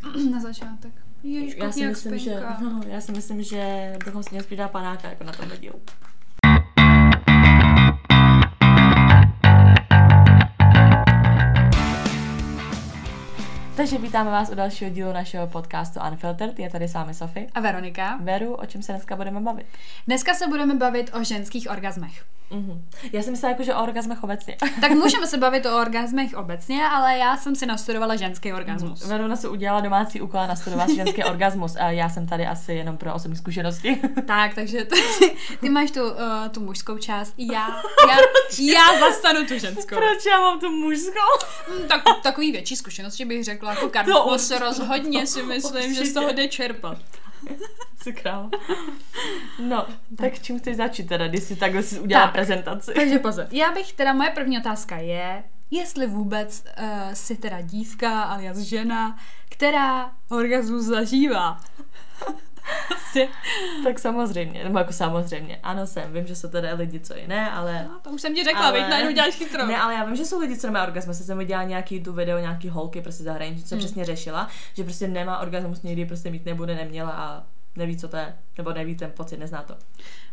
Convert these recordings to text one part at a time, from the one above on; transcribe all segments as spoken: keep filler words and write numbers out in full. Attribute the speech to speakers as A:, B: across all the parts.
A: Na začátek. Ježiško,
B: já si myslím, že, no, já si myslím, že bychom si měli spíš dát panáka jako na tomhle dílu. Takže vítáme vás u dalšího dílu našeho podcastu Unfiltered. Je tady s vámi Sofie.
A: A Veronika.
B: Veru, o čem se dneska budeme bavit?
A: Dneska se budeme bavit o ženských orgazmech.
B: Mm-hmm. Já jsem myslela jako, že o orgazmech obecně.
A: Tak můžeme se bavit o orgazmech obecně, ale já jsem si nastudovala ženský orgasmus.
B: Mm. Veruna si udělala domácí úkol a nastudovala ženský orgasmus a já jsem tady asi jenom pro osobní zkušenosti.
A: Tak, takže ty, ty máš tu, uh, tu mužskou část, já, já, já zastanu tu ženskou.
B: Proč já mám tu mužskou?
A: Tak, takový větší zkušenosti bych řekla, jako Karlo se rozhodně si myslím, určitě. Že z toho jde čerpat.
B: Jsi král. No, tak čím chceš začít teda, když jsi takhle si udělala tak, prezentaci?
A: Takže pozor. Já bych teda, moje první otázka je, jestli vůbec uh, si teda dívka, alias žena, která orgasmus zažívá.
B: Tak samozřejmě, nebo jako samozřejmě, ano jsem, vím, že jsou teda lidi, co i ne, ale...
A: No, to už jsem ti řekla, ale... veď najednou děláš chytrou.
B: Ne, ale já vím, že jsou lidi, co nemají orgasmus, jsem viděla nějaký tu video, nějaký holky prostě zahraničí, co hmm. přesně řešila, že prostě nemá orgasmus, nikdy prostě mít nebude, neměla a neví, co to je, nebo neví ten pocit, nezná to.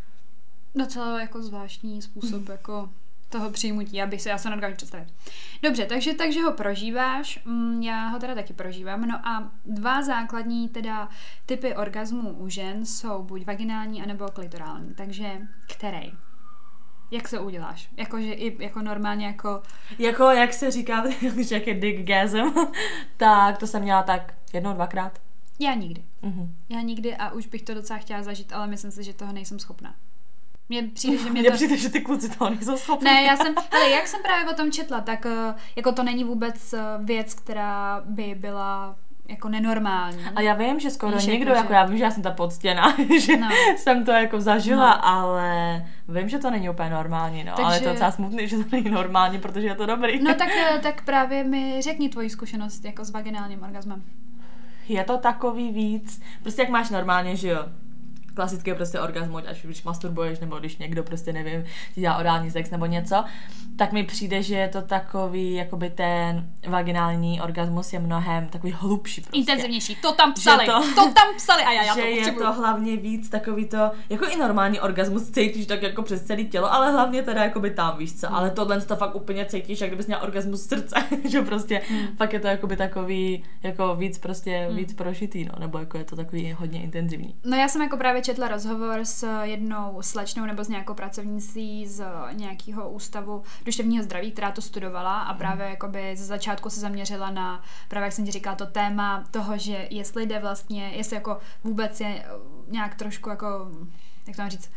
A: Docela jako zvláštní způsob, hmm. jako... toho přijmutí, já bych se, já se nedokážu představit. Dobře, takže, takže ho prožíváš, já ho teda taky prožívám, no a dva základní teda typy orgazmů u žen jsou buď vaginální, anebo klitorální, takže který? Jak se uděláš? Jakože i jako normálně jako...
B: Jako, jak se říká, když jak je dickgasm, tak to jsem měla tak jednou, dvakrát.
A: Já nikdy.
B: Mm-hmm.
A: Já nikdy a už bych to docela chtěla zažít, ale myslím si, že toho nejsem schopná. Mně přijde, že mě
B: to...
A: to...
B: přijde, že ty kluci toho nejsou schopní.
A: Ne, já jsem, ale jak jsem právě o tom četla, tak jako to není vůbec věc, která by byla jako nenormální.
B: A já vím, že skoro
A: Víš,
B: nikdo,
A: jako,
B: jako
A: že...
B: já vím, že já jsem ta poctěná, že no. jsem to jako zažila, no. ale vím, že to není úplně normální, no, Takže... ale je to docela smutný, že to není normální, protože je to dobrý.
A: No tak, tak právě mi řekni tvoji zkušenost jako s vaginálním orgasmem.
B: Je to takový víc, prostě jak máš normálně, že jo, klasický prostě orgasmus, až když masturbuješ, nebo když někdo prostě, nevím, ti dělá orální sex nebo něco, tak mi přijde, že je to takový, jakoby ten vaginální orgasmus je mnohem takový hlubší prostě.
A: Intenzivnější, to tam psali,
B: to,
A: to tam psali a já, já
B: že
A: to potřebuji.
B: Je to hlavně víc takový to, jako i normální orgasmus cítíš tak jako přes celé tělo, ale hlavně teda jakoby tam, víš co, hmm. ale tohle to fakt úplně cítíš, jak kdybys měl orgasmus srdce, že prostě hmm. fakt je to jakoby takový, jako víc prostě, hmm. víc prožitý, no, nebo jako je to takový hodně intenzivní.
A: No já jsem jako právě četla rozhovor s jednou slečnou nebo s nějakou pracovnicí z nějakého ústavu duševního zdraví, která to studovala a právě jakoby ze začátku se zaměřila na, právě jak jsem ti říkala, to téma toho, že jestli jde vlastně, jestli jako vůbec je nějak trošku jako, jak to mám říct,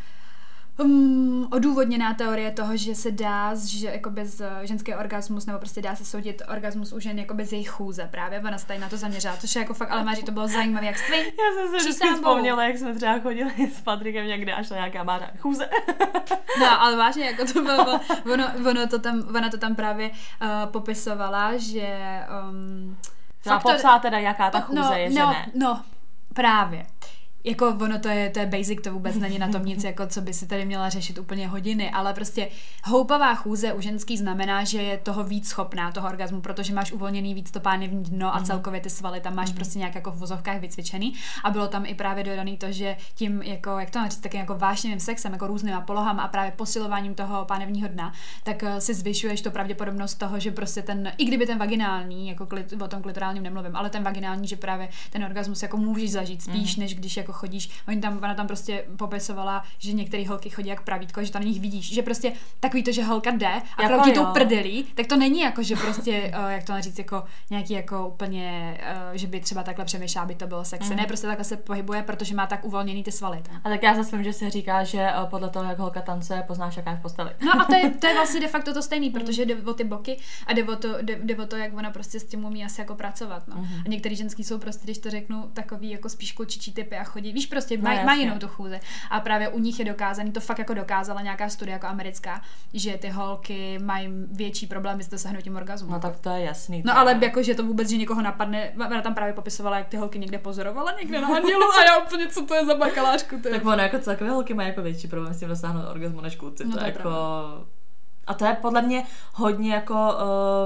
A: Um, odůvodněná teorie toho, že se dá z, že, jakoby z ženský orgasmus, nebo prostě dá se soudit orgasmus u žen jakoby z jejich chůze. Právě ona se tady na to zaměřila, což je jako fakt, ale Máří, to bylo zajímavé, jak jsi.
B: Já jsem se vždycky vzpomněla, jak jsme třeba chodili s Patrikem někde a šla nějaká Mára chůze.
A: No, ale vážně, jako to bylo, ono, ono to tam, ona to tam právě uh, popisovala, že um,
B: no faktor, popsala teda, jaká ta chůze
A: no,
B: je, že
A: no,
B: ne.
A: No, právě. Jako ono to je, to je basic, to vůbec není na tom nic, jako co by si tady měla řešit úplně hodiny, ale prostě houpavá chůze u ženský znamená, že je toho víc schopná, toho orgasmu, protože máš uvolněný víc to pánevní dno a celkově ty svaly tam máš prostě nějak jako v vozovkách vycvičený a bylo tam i právě dodaný to, že tím jako, jak to mám říct, takým jako vášnivým sexem, jako různýma polohama a právě posilováním toho pánevního dna, tak si zvyšuješ to pravděpodobnost toho, že prostě ten, i kdyby ten vaginální, jako klit, o tom klitorálním nemluvím, ale ten vaginální, že právě ten orgasmus jako můžeš zažít spíš, mm. než když jako chodíš, oni tam, ona tam prostě popisovala, že některé holky chodí jak pravítko, že to na nich vidíš, že prostě takový to, že holka jde a
B: jako
A: kroutí tou prdelí, tak to není jako, že prostě, uh, jak to říct, jako nějaký jako úplně, uh, že by třeba takhle přemýšlela, aby to bylo sexy. Mm. Ne, prostě takhle se pohybuje, protože má tak uvolněný ty svaly.
B: A tak já zase vím, že se říká, že uh, podle toho, jak holka tancuje, poznáš, jaká je v posteli.
A: No a to je, to je vlastně de facto to stejný, protože jde o ty boky a jde o to, jde, jde o to, jak ona prostě s tím umí asi jako pracovat. No. Mm. A některý ženský jsou prostě, když to řeknu, takový jako spíš klučičí typy a chodí, víš, prostě
B: no,
A: mají maj jinou tu chůzi. A právě u nich je dokázaný, to fakt jako dokázala nějaká studie jako americká, že ty holky mají větší problémy s dosahnutím orgazmu.
B: No tak to je jasný.
A: No ale jako, že to vůbec, že někoho napadne, ona tam právě popisovala, jak ty holky někde pozorovala, někde na andělu a já úplně, co to je za bakalářku. To je.
B: Tak ono jako celkově holky mají jako větší problém s tím dosáhnout orgazmu než kluci.
A: No,
B: to,
A: to je
B: jako... A to je podle mě hodně jako uh,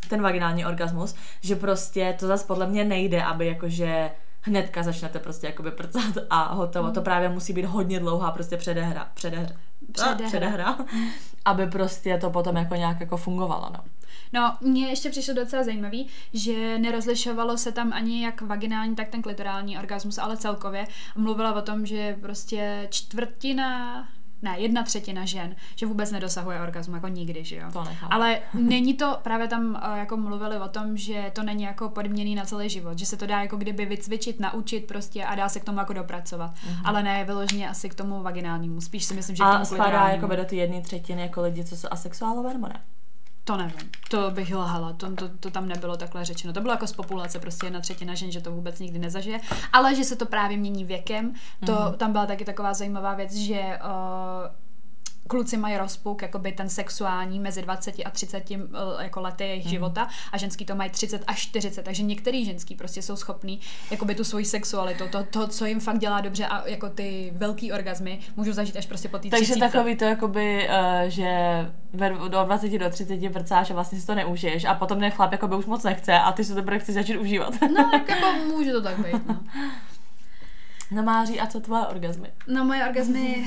B: ten vaginální orgasmus, že prostě to zase podle mě nejde, aby jakože hnedka začnete prostě jakoby prcat a hotovo. Mm. To právě musí být hodně dlouhá prostě předehra, předehra, předehra, předehra aby prostě to potom jako nějak jako fungovalo, no.
A: No, mně ještě přišlo docela zajímavý, že nerozlišovalo se tam ani jak vaginální, tak ten klitorální orgasmus, ale celkově mluvila o tom, že prostě čtvrtina, ne, jedna třetina žen, že vůbec nedosahuje orgasmu, jako nikdy, že jo.
B: To nechápu.
A: Ale není to, právě tam jako mluvili o tom, že to není jako podměný na celý život, že se to dá jako kdyby vycvičit, naučit prostě a dá se k tomu jako dopracovat. Mm-hmm. Ale ne vyloženě asi k tomu vaginálnímu, spíš si myslím, že
B: a
A: k tomu klitorálnímu.
B: A spadá jako do ty jedné třetiny jako lidi, co jsou asexuálové, nebo ne?
A: To nevím, to bych lhala, to, to, to tam nebylo takhle řečeno. To bylo jako z populace, prostě jedna třetina žen, že to vůbec nikdy nezažije, ale že se to právě mění věkem, to mm-hmm. tam byla taky taková zajímavá věc, že uh, kluci mají rozpuk, jakoby ten sexuální mezi dvacet a třicet jako lety jejich mm. života a ženský to mají třicet až čtyřicet, takže některý ženský prostě jsou schopný jakoby tu svoji sexualitu, to, to, co jim fakt dělá dobře a jako ty velký orgazmy můžou zažít až prostě po té
B: Takže
A: třicítce.
B: takový to jakoby, uh, že do dvacet do třiceti prcáš a vlastně si to neužiješ a potom ten chlap jakoby už moc nechce a ty si to bude chceš začít užívat.
A: No, jako může to tak být, no.
B: No Máří, a co tvoje orgazmy?
A: No moje orgazmy...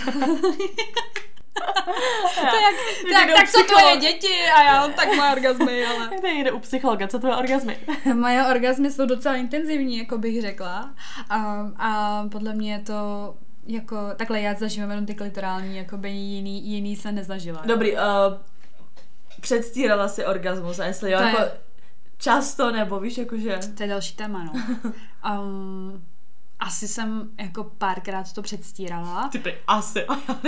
A: to jak, tak, tak jsou tvoje děti a já tak moje orgazmy, ale...
B: Jak to jde u psychologa, co tvoje orgazmy?
A: Moje orgazmy jsou docela intenzivní, jako bych řekla. A, a podle mě je to jako... Takhle já zažívám jenom ty klitorální, jakoby jiný, jiný se nezažila.
B: Dobrý, uh, předstírala si orgasmus a jestli jo, jako je... často nebo víš, jakože...
A: To je další téma, no. Um, Asi jsem jako párkrát to předstírala.
B: Ty asi,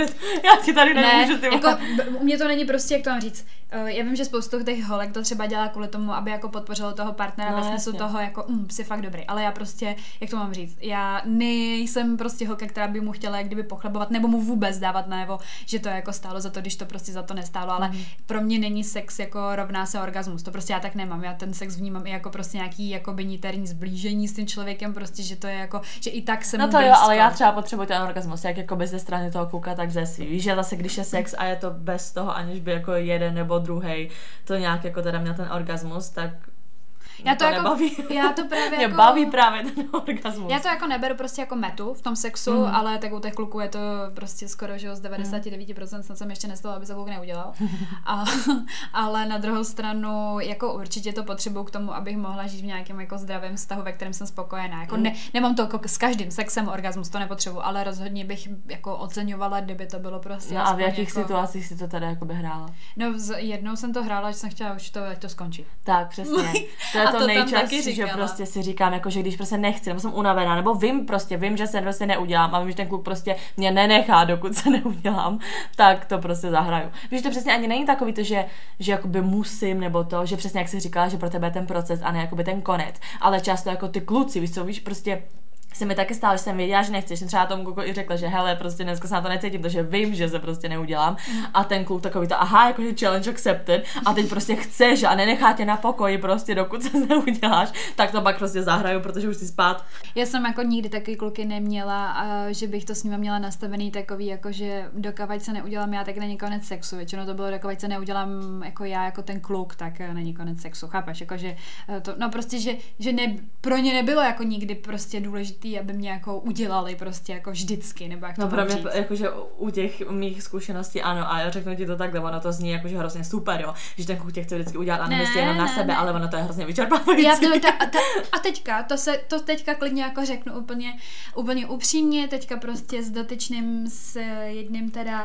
B: já ti tady nemůžu, ty
A: jako, u mě to není prostě, jak to mám říct, já vím, že spoustu těch holek to třeba dělá kvůli tomu, aby jako podpořilo toho partnera no, ve smyslu toho, jako mm, jsi fakt dobrý, ale já prostě, jak to mám říct, já nejsem prostě holka, která by mu chtěla jak kdyby pochlebovat, nebo mu vůbec dávat najevo, že to jako stálo za to, když to prostě za to nestálo, ale mm. pro mě není sex jako rovná se orgasmus, to prostě já tak nemám, já ten sex vnímám i jako prostě nějaký jako by niterní zblížení s tím člověkem, prostě, že to je jako, že i tak jsem
B: no to blízko. Jo, ale já třeba potřebuji ten orgasmus, jak jako bez ze strany toho kluka, tak ze svý. Víš, že zase když je sex a je to bez toho, aniž by jako jeden nebo druhej to nějak jako teda měl ten orgasmus, tak
A: já to,
B: to
A: jako,
B: nebaví.
A: Já to právě
B: Mě
A: jako,
B: baví právě ten orgasmus.
A: Já to jako neberu prostě jako metu v tom sexu, mm. ale tak u těch kluků je to prostě skoro, že z devadesát devět procent snad jsem ještě nestala, aby se kluk neudělal. a, ale na druhou stranu jako určitě to potřebuju k tomu, abych mohla žít v nějakém jako zdravém vztahu, ve kterém jsem spokojená. Jako mm. ne, nemám to jako s každým sexem orgasmus, to nepotřebuju, ale rozhodně bych jako oceňovala, kdyby to bylo prostě.
B: No a v jakých
A: jako...
B: situacích si to tady jako by hrála?
A: No z, jednou jsem to hrála, že jsem chtěla už to, ať to skončí.
B: Tak, přesně. To je to, to nejčastější, že prostě si říkám, jako, že když prostě nechci, nebo jsem unavená, nebo vím prostě, vím, že se prostě neudělám a vím, že ten kluk prostě mě nenechá, dokud se neudělám, tak to prostě zahraju. Víš, to přesně ani není takový to, že, že jakoby musím, nebo to, že přesně jak jsi říkala, že pro tebe je ten proces a ne jakoby ten konec, ale často jako ty kluci, víš co, víš, prostě se mi taky stalo, že jsem věděla, že nechci, že jsem třeba tomu kluku i řekla, že hele, prostě dneska se na to necítím, protože vím, že se prostě neudělám a ten kluk takový to, aha, jakože challenge accepted a teď prostě chceš a nenechá tě na pokoji prostě, dokud se neuděláš, tak to pak prostě zahraju, protože už jsi spát.
A: Já jsem jako nikdy takový kluky neměla, a že bych to s nimi měla nastavený takový, jako že dokavať se neudělám já, tak není konec sexu, většinou to bylo dokavať se neudělám jako já, jako ten kluk, tak není konec sexu, chápeš, jako že to, no prostě, že, že ne, pro ně nebylo jako nikdy prostě důležité, aby mě jako udělali prostě jako vždycky, nebo jak to
B: no pro mě,
A: říct.
B: Jakože u těch mých zkušeností ano, a já řeknu ti to takhle, ono to zní jakože hrozně super, jo, že ten kluk tě chce vždycky udělat a nemyslí jenom na sebe, ne. Ale ono to je hrozně vyčerpávající.
A: Já to, ta, ta, a teďka, to se, to teďka klidně jako řeknu úplně, úplně upřímně, teďka prostě s dotyčným, s jedním teda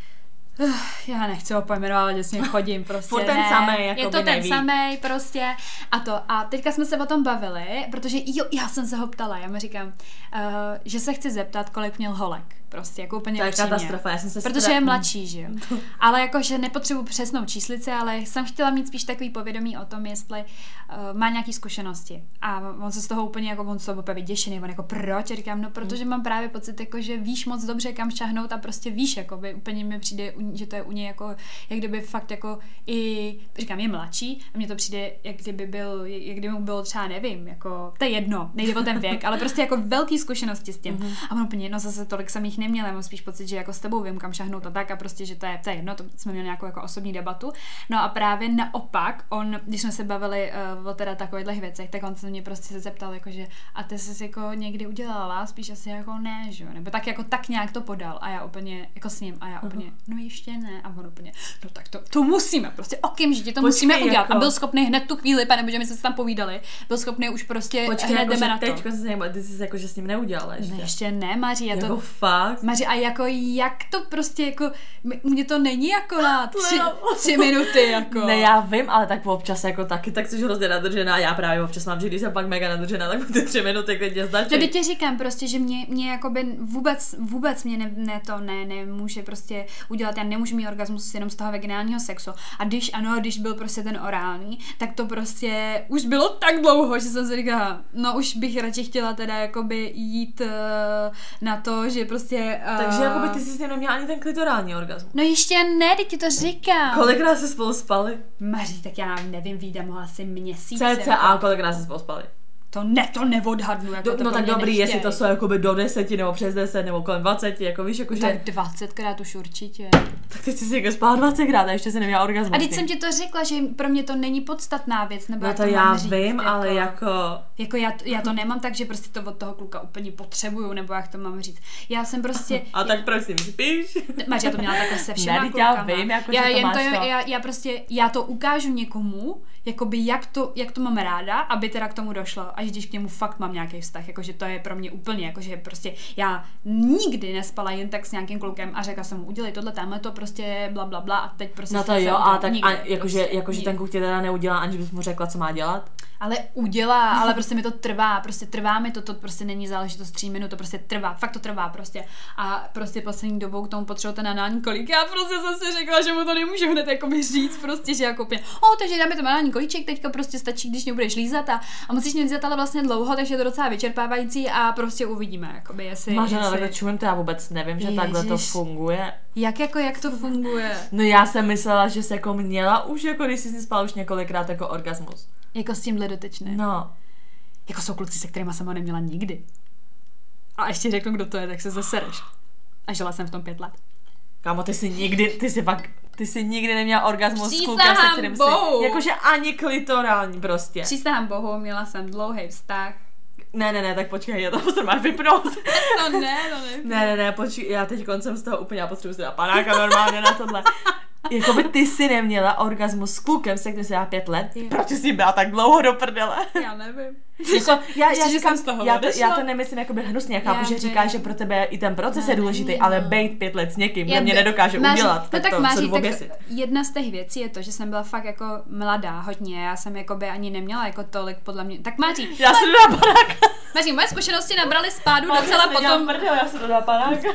A: Uh, já nechci ho pojmenovat, že s ním chodím prostě.
B: Furt ten
A: ne,
B: samej, jako
A: je to ten samej prostě a to. A teďka jsme se o tom bavili, protože jo, já jsem se ho ptala, já mu říkám, uh, že se chci zeptat, kolik měl holek. Prostě jako úplně
B: to je
A: upřímně.
B: Katastrofa, já jsem se
A: protože je mladší, že jo. Ale jakože nepotřebuji přesnou číslici, ale jsem chtěla mít spíš takový povědomí o tom, jestli uh, má nějaký zkušenosti. A on se z toho úplně jako, on se toho úplně vyděšený, on jako proč? Já říkám, no protože mám právě pocit, jako, že víš moc dobře, kam šahnout a prostě víš, jako by úplně mi přijde, že to je u něj jako, jak kdyby fakt jako i, říkám, je mladší a mně to přijde, jak kdyby byl, jak kdyby mu bylo třeba, nevím, jako, to je jedno, nejde o ten věk, ale prostě jako velký zkušenosti s tím. Mm-hmm. A on úplně, no zase tolik jsem jich nich neměl, já mám spíš pocit, že jako s tebou vím, kam šahnout a tak a prostě, že to je, to je jedno, to jsme měli nějakou jako osobní debatu. No a právě naopak, on, když jsme se bavili uh, o teda takových věcech, tak on se mě prostě se zeptal, jakože a ty jsi jako někdy udělala, spíš asi jako ne, že jo, nebo tak jako tak nějak to podal a já úplně, jako s ním a já úplně, no ještě ne a on úplně, no tak to, to musíme, prostě okamžitě to Počkej, musíme udělat jako... a byl schopný hned tu chvíli, pane bože, my jsme se tam povídali, byl schopný už prostě
B: Počkej,
A: hned
B: jako,
A: jdeme na to.
B: Teďko se nejmo, ty jsi jako, že s ním neudělala ještě.
A: Ne, ještě ne, Maří, já
B: jako
A: to...
B: fakt?
A: Maří, a jako jak to prostě jako, mě to není jako na tři, tři minuty, jako.
B: Ne, já vím, ale tak občas jako taky, tak jsi hrozně nadržená, já právě občas mám, že když jsem pak mega nadržená, tak ty tři minuty klidně značí.
A: No, teď ti říkám prostě, že mě, mě jakoby vůbec, vůbec mě ne, ne to ne, nemůže prostě udělat, já nemůžu mít orgasmus jenom z toho vaginálního sexu. A když ano, když byl prostě ten orální, tak to prostě už bylo tak dlouho, že jsem si říkala, no už bych radši chtěla teda jakoby jít uh, na to, že prostě... Uh,
B: Takže jakoby ty jsi s ním neměla ani ten klitorální orgasmus.
A: No ještě ne, teď ti to říkám.
B: Kolikrát se spolu spali?
A: Maří, tak já nevím, vídám ho asi měsíc.
B: Cca, kolikrát se spolu spali?
A: To ne, to neodhadnu. Jako
B: do,
A: to
B: no tak dobrý,
A: nechtěj.
B: Jestli to jsou jakoby do deseti, nebo přes deset, nebo kolem dvaceti, jako víš, jakože...
A: Tak dvacetkrát už určitě.
B: Tak ty jsi si jako spala dvacetkrát a ještě se neměla orgasmus.
A: A teď jsem ti to řekla, že pro mě to není podstatná věc, nebo
B: no
A: jak
B: to,
A: to
B: já
A: mám říct,
B: vím,
A: jako,
B: ale jako...
A: Jako já, já to nemám tak, že prostě to od toho kluka úplně potřebuju, nebo jak to mám říct. Já jsem prostě...
B: A tak proč si spíš?
A: Máš, já to měla takhle se všema
B: ne,
A: klukama.
B: Já vím, jako,
A: já,
B: že to
A: jen
B: máš
A: to,
B: to.
A: Já, já prostě, já to ukážu někomu, jakoby jak to, jak to mám ráda, aby teda k tomu došlo, až když k němu fakt mám nějaký vztah, jakože to je pro mě úplně, jakože prostě já nikdy nespala jen tak s nějakým klukem a řekla jsem mu, udělej tohle, tamhle to prostě bla bla bla a teď prostě...
B: No to jo, a tak
A: nikdy,
B: a, jakože,
A: prostě,
B: jakože ten kluk tě teda neudělá, aniž bys mu řekla, co má dělat?
A: Ale udělá, ale prostě mi to trvá, prostě trvá mi to, to prostě není záležitost tří minut, to prostě trvá, fakt to trvá prostě. A prostě poslední dobou k tomu potřebuji ten anální kolík. Já prostě jsem si řekla, že mu to nemůžu hned jakoby říct, prostě, že jako úplně, o, takže dáme ten anální kolíček, teďka prostě stačí, když mě budeš lízat a, a musíš mě lízat ale vlastně dlouho, takže je to docela vyčerpávající a prostě uvidíme, jakoby, jestli...
B: Mařena,
A: jestli...
B: takhle čumím, to já vůbec nevím, že
A: Ježiš.
B: Takhle to funguje.
A: Jak jako, jak to funguje?
B: No já jsem myslela, že se jako měla už, jako když jsi si spala už několikrát jako orgasmus.
A: Jako s tímhle dotyčným.
B: No.
A: Jako jsou kluci, se kterýma jsem ho neměla nikdy. A ještě řeknu, kdo to je, tak se zasereš. A žila jsem v tom pět let.
B: Kámo, ty jsi nikdy, ty jsi fakt, ty jsi nikdy neměla orgasmus s klukem, se kterým jsi, jakože ani klitorální prostě.
A: Přísahám Bohu, měla jsem dlouhý vztah.
B: Ne, ne, ne, tak počkej, já to musím máš vypnout.
A: To ne, to ne.
B: Ne, ne, ne, počkej, já teď koncem z toho úplně, já potřebuji si dát panáka normálně na tohle. Jakoby ty jsi neměla orgasmus s klukem, se kterým jsi dala pět let? Proč jsi byla tak dlouho do prdele?
A: Já nevím.
B: Jako, já, já,
A: Ještě,
B: říkám,
A: z toho
B: já, to, já to nemyslím jakoby hnusně, já chápu,
A: Já
B: že říkáš, že pro tebe i ten proces
A: ne,
B: je důležitý,
A: ne,
B: ale
A: no.
B: bejt pět let s někým, kdo
A: Já
B: mě
A: by-
B: nedokáže
A: Máří,
B: udělat,
A: no
B: tak,
A: tak
B: to
A: Máří,
B: se jdu
A: tak
B: oběsit.
A: jedna z těch věcí je to, že jsem byla fakt jako mladá hodně, já jsem jakoby ani neměla jako tolik podle mě. Tak Máří,
B: Já se jdu na panáka.
A: Máří, moje zkušenosti nabraly spádu docela potom.
B: Prdel, já se jdu na panáka.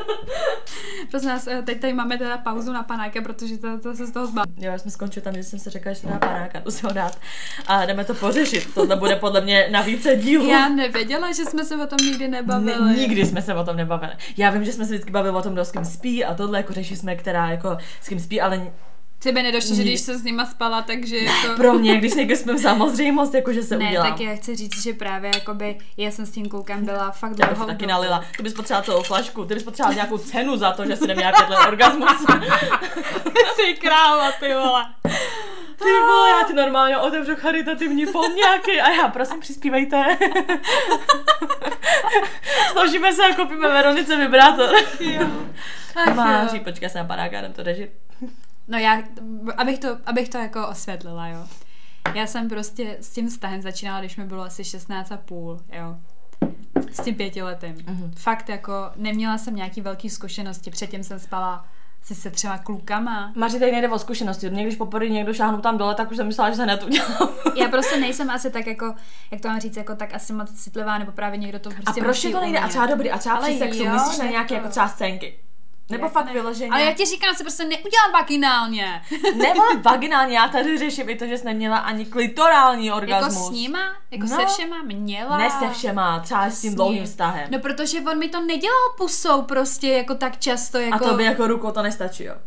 A: Prosím nás, teď tady máme teda pauzu na panáka, protože to, to se z toho zbavila.
B: Jo, jsme skončili tam, že jsem se řekla, že se dá panáka, to si ho dát. A jdeme to pořešit, tohle bude podle mě na více dílů.
A: Já nevěděla, že jsme se o tom nikdy nebavili.
B: Ne, nikdy jsme se o tom nebavili. Já vím, že jsme se vždycky bavili o tom, kdo s kým spí a tohle, jako řešili jsme, která jako s kým spí, ale
A: Tebe nedošlo, že když se s nima spala, takže jako...
B: pro mě, když se někdo spím samozřejmost, jako že se
A: ne,
B: udělám.
A: tak já chci říct, že právě jakoby já jsem s tím klukem byla fakt
B: Já bych
A: dlouhou
B: to taky
A: dobu.
B: nalila. Ty bys potřebovala celou flašku, ty bys potřebovala nějakou cenu za to, že si neměla pět let orgasmus.
A: Jsi kráva, ty vole.
B: Ty vole, já ti normálně otevřu charitativní fond nějaký a já prosím přispívejte. Složíme se a koupíme Veronice vibrátor.
A: Jo. Ach,
B: Máří,
A: jo.
B: počkej, se na panáka, jdem to řešit.
A: No já, abych to, abych to jako osvětlila, jo. Já jsem prostě s tím vztahem začínala, když mi bylo asi šestnáct a půl, jo. S tím pětiletým.
B: Mhm.
A: Fakt jako neměla jsem nějaký velký zkušenosti, předtím jsem spala si se třeba klukama.
B: Maři, tady nejde o zkušenosti. Mě když poprvé někdo šáhnu tam dole, tak už jsem myslela, že se neudělám.
A: Já prostě nejsem asi tak jako, jak to mám říct, jako tak asi moc citlivá, nebo právě někdo to prostě
B: A proč
A: musí
B: to nejde? A
A: umět.
B: třeba dobrý, a třeba
A: Ale
B: při sexu
A: jo,
B: myslíš na
A: jako-
B: nějaké jako třeba scénky? Nebo
A: Jak
B: fakt
A: ne?
B: vyloženě?
A: Ale já ti říkám, se prostě neudělám vaginálně.
B: Nebo vaginálně, já tady řeším i to, že jsi neměla ani klitorální orgasmus.
A: Jako s nima? Jako
B: No.
A: se všema měla?
B: Ne se všema, třeba s tím
A: Jasně.
B: dlouhým vztahem.
A: No protože on mi to nedělal pusou prostě jako tak často, jako...
B: A to by jako rukou to nestačí, jo?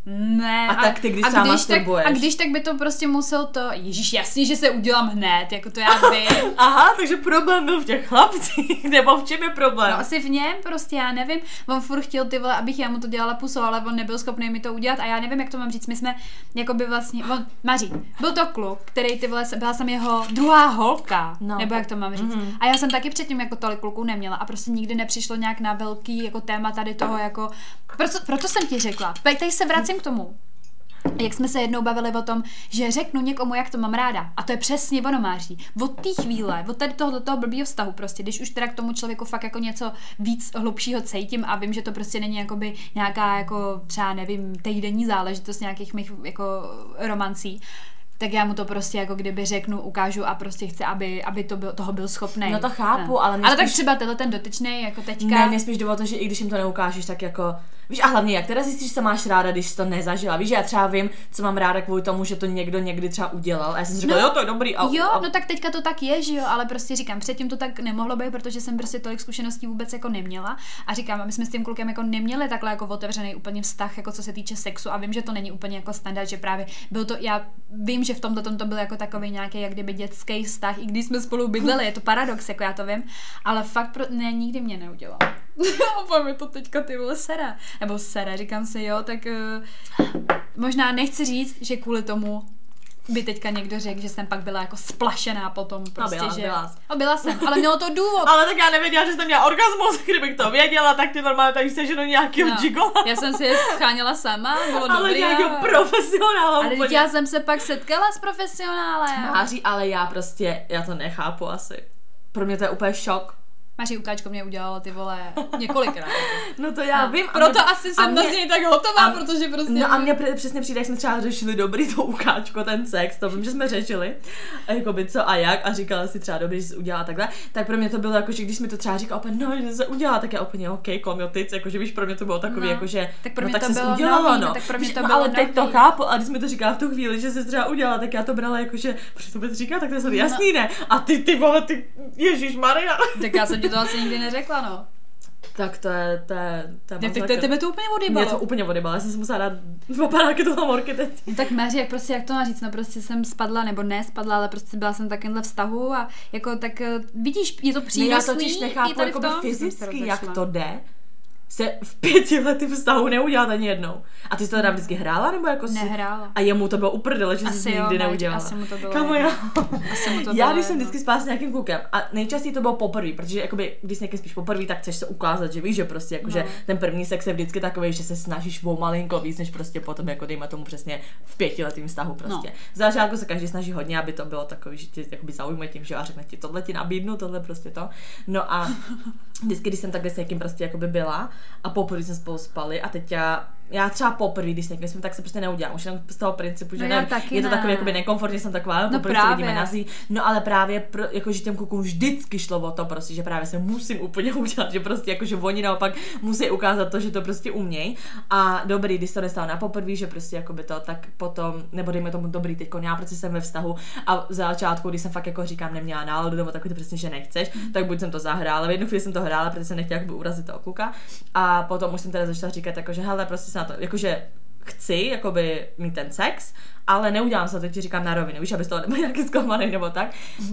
A: Ne.
B: A, a tak ty, když třeba masturbuješ.
A: A když tak by to prostě musel to, ježíš, jasně, že se udělám hned, jako to já vím.
B: Aha, takže problém byl v těch chlapcích, nebo v čem je problém?
A: No asi v něm, prostě já nevím. On furt chtěl ty vole, abych já mu to dělala pusou, ale on nebyl schopný mi to udělat a já nevím, jak to mám říct. My jsme, jakoby vlastně, on, Maří, byl to kluk, který ty vole, byla jsem jeho druhá holka, no. Nebo jak to mám říct. Mm-hmm. A já jsem taky předtím jako tolik kluků neměla a prostě nikdy nepřišlo nějak na velký jako téma tady toho jako, proto, proto jsem ti řekla, tady se vracím k tomu. Jak jsme se jednou bavili o tom, že řeknu někomu, jak to mám ráda. A to je přesně ono, Máří. Od té chvíle, od tady toho, toho blbýho vztahu prostě, když už teda k tomu člověku fakt jako něco víc hlubšího cítím a vím, že to prostě není jakoby nějaká jako třeba nevím, týdenní záležitost nějakých mých jako romancí, tak já mu to prostě jako kdyby řeknu, ukážu a prostě chci, aby, aby to byl, toho byl schopný.
B: No to chápu,
A: no.
B: ale...
A: Ale spíš... tak třeba tenhle ten dotyčný jako teďka...
B: Ne, mě spíš jde o to, že i když jim to neukážeš, tak jako... Víš, a hlavně jak teda zjistíš, co máš ráda, když jsi to nezažila. Víš, já třeba vím, co mám ráda kvůli tomu, že to někdo někdy třeba udělal. A já jsem si řekla, no, jo, to je dobrý. A,
A: jo,
B: a...
A: no tak teďka to tak je, že jo, ale prostě říkám, předtím to tak nemohlo být, protože jsem prostě tolik zkušeností vůbec jako neměla. A říkám, my jsme s tím klukem jako neměli takhle jako otevřený úplně vztah, jako co se týče sexu. A vím, že to není úplně jako standard, že právě byl to, já vím, že v tomto tom to byl jako takový nějaký jak kdyby dětský vztah, i když jsme spolu bydleli, je to paradox, jako já to vím, ale fakt pro, ne, nikdy mě neudělal. Opět mi to teďka ty vole sere. Nebo sere, říkám si, jo, tak uh, možná nechci říct, že kvůli tomu by teďka někdo řekl, že jsem pak byla jako splašená potom prostě,
B: no byla,
A: že...
B: Byla.
A: No byla jsem, ale mělo to důvod.
B: Ale tak já nevěděla, že jsem měla orgasmus, kdybych to věděla, tak ty normálně tady se ženu nějakýho no, gigola.
A: Já jsem si je scháněla sama, bylo
B: ale
A: dobrý.
B: Ale nějakého profesionála
A: ale úplně. Já jsem se pak setkala s profesionálem.
B: Máří, ale já prostě, já to nechápu asi. Pro mě to je úplně šok.
A: Maří Ukáčko mě udělala ty vole několikrát.
B: No to já
A: no,
B: vím.
A: Proto
B: mě,
A: asi jsem na něj tak hotová,
B: a,
A: protože prostě...
B: No a mě přesně přijde, jak jsme třeba řešili dobrý to Ukáčko, ten sex, to vím, že jsme řešili, jakoby co a jak a říkala si třeba dobrý, že jsi udělala takhle, tak pro mě to bylo jako, že když mi to třeba říkala opět, no, že se udělala, tak já úplně OK, komiotic, jakože víš, pro mě to bylo takový,
A: no,
B: jako, že
A: tak pro mě
B: no,
A: to
B: tak
A: bylo
B: udělala,
A: nový,
B: no.
A: no, tak pro mě to
B: no,
A: bylo
B: ale
A: nový.
B: teď to chápu, a když mi to říkala v tu chvíli, že se třeba udělala, tak já to brala jako, že proč to vůbec říká, tak to je jasný, ne? A ty, ty vole, ty, Ježišmarja.
A: Tak já jsem ti to asi nikdy neřekla, no.
B: Tak to je, to je, to je
A: ne, tak tebe to úplně odjebalo.
B: Mě to úplně odjebalo, já jsem si musela dát dva panáky do hamorky teď.
A: No tak Maří, jak prostě, jak to má říct, no prostě jsem spadla, nebo ne spadla, ale prostě byla jsem v takovémhle vztahu a jako tak vidíš, je to přínosný.
B: Já totiž nechápu jako fyzicky, jak to jde. Se v pětiletém vztahu neudělat ani jednou. A ty jsi to teda vždycky hrála, nebo jako si...
A: Nehrála.
B: A jemu to bylo uprdele, že jsi nikdy neudělala.
A: Asi mu to bylo.
B: Kamu já?
A: Asi mu to
B: já,
A: bylo
B: když jsem
A: jedno.
B: vždycky spala s nějakým klukem, a nejčastěji to bylo poprvé, protože jakoby, když s někým spíš poprvé, tak chceš se ukázat, že víš, že prostě jakože no. ten první sex je vždycky takový, že se snažíš o malinko víc, než prostě potom, jako dejme tomu přesně v pětiletém vztahu prostě. No. V začátku se každý snaží hodně, aby to bylo takový, že tě jakoby zaujme tím, že a řekne ti tohle ti nabídnu, tohle prostě to. No a vždycky, když jsem takhle s někým prostě jakoby byla a poprvé jsem spolu spali a teď já, já třeba poprvé, když s někým jsme, tak se prostě neudělám. Už jenom z toho principu, že
A: no
B: ne, je to
A: ne.
B: takový jakoby nekomfortně, jsem taková, no poprvé se vidíme nazí. No ale právě pro, jakože těm klukům vždycky šlo o to prostě, že právě se musím úplně udělat, že prostě jakože oni naopak musí ukázat to, že to prostě umějí. A dobrý, když to nestalo na poprvé, že prostě jakoby to, tak potom, nebo dejme tomu dobrý, teďko já prostě jsem ve vztahu a v začátku, když jsem fakt jako říkám, neměla náladu, nebo takový to přesně, že nechceš, tak buď jsem to zahrála, v jednu chvíli jsem to hrála, protože jsem nechtěla jakoby urazit toho kluka. A potom už jsem teda začala říkat jako, že hele, prostě se na to, jakože chci jakoby mít ten sex, ale neudělám se to, ti říkám na rovinu, víš, abys toho nebyl nějaký zklamaný nebo tak.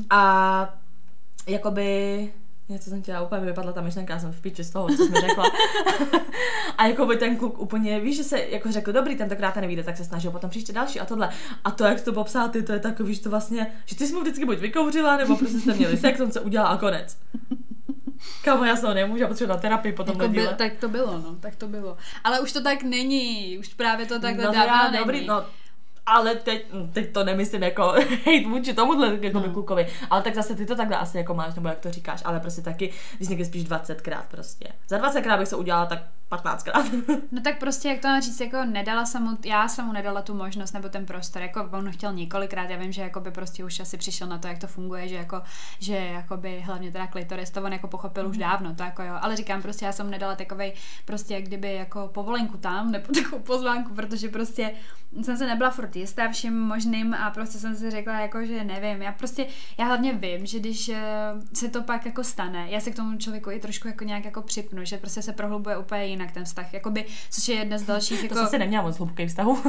B: A jakoby něco jsem chtěla, úplně mi vypadla ta myšlenka, já jsem v piči z toho, co jsi mi řekla. A jakoby ten kluk úplně, víš, že se jako řekl, dobrý, tentokrát to nevíde, tak se snažil potom příště další a tohle. A to, jak jsi to popsala ty, to je takový, že to vlastně, že ty jsi mu vždycky buď vykouřila, nebo prostě jste měli sex, on se udělal a konec. Kámo, já se ho nemůžu, já potřebuji na terapii potom
A: jako by, tak to bylo, no, tak to bylo. Ale už to tak není, už právě to takhle
B: no,
A: dávno
B: já,
A: není.
B: Dobrý, no, ale teď, teď to nemyslím jako hejt vůči tomuhle jako no. klukovi, ale tak zase ty to takhle asi jako máš, nebo jak to říkáš, ale prostě taky, když někdy spíš dvacetkrát prostě. Za dvacetkrát bych se udělala tak patnáctkrát. No
A: tak prostě, jak to mám říct, jako nedala jsem mu, já jsem mu nedala tu možnost nebo ten prostor, jako on chtěl několikrát, já vím, že jako by prostě už asi přišel na to, jak to funguje, že jako, že jako by hlavně teda klitoris, to on jako pochopil mm. už dávno, to jako jo, ale říkám prostě, já jsem mu nedala takovej prostě jak kdyby jako povolenku tam, nebo takovou pozvánku, protože prostě jsem se nebyla furt jistá vším možným a prostě jsem si řekla jako, že nevím, já prostě, já hlavně vím, že když uh, se to pak jako stane, já se k tomu člověku i trošku jako nějak jako připnu, že prostě se prohlubuje úplně jinak jinak ten vztah, jakoby, což je jedna z dalších, jako...
B: To jsem si neměla moc hluboký vztahu.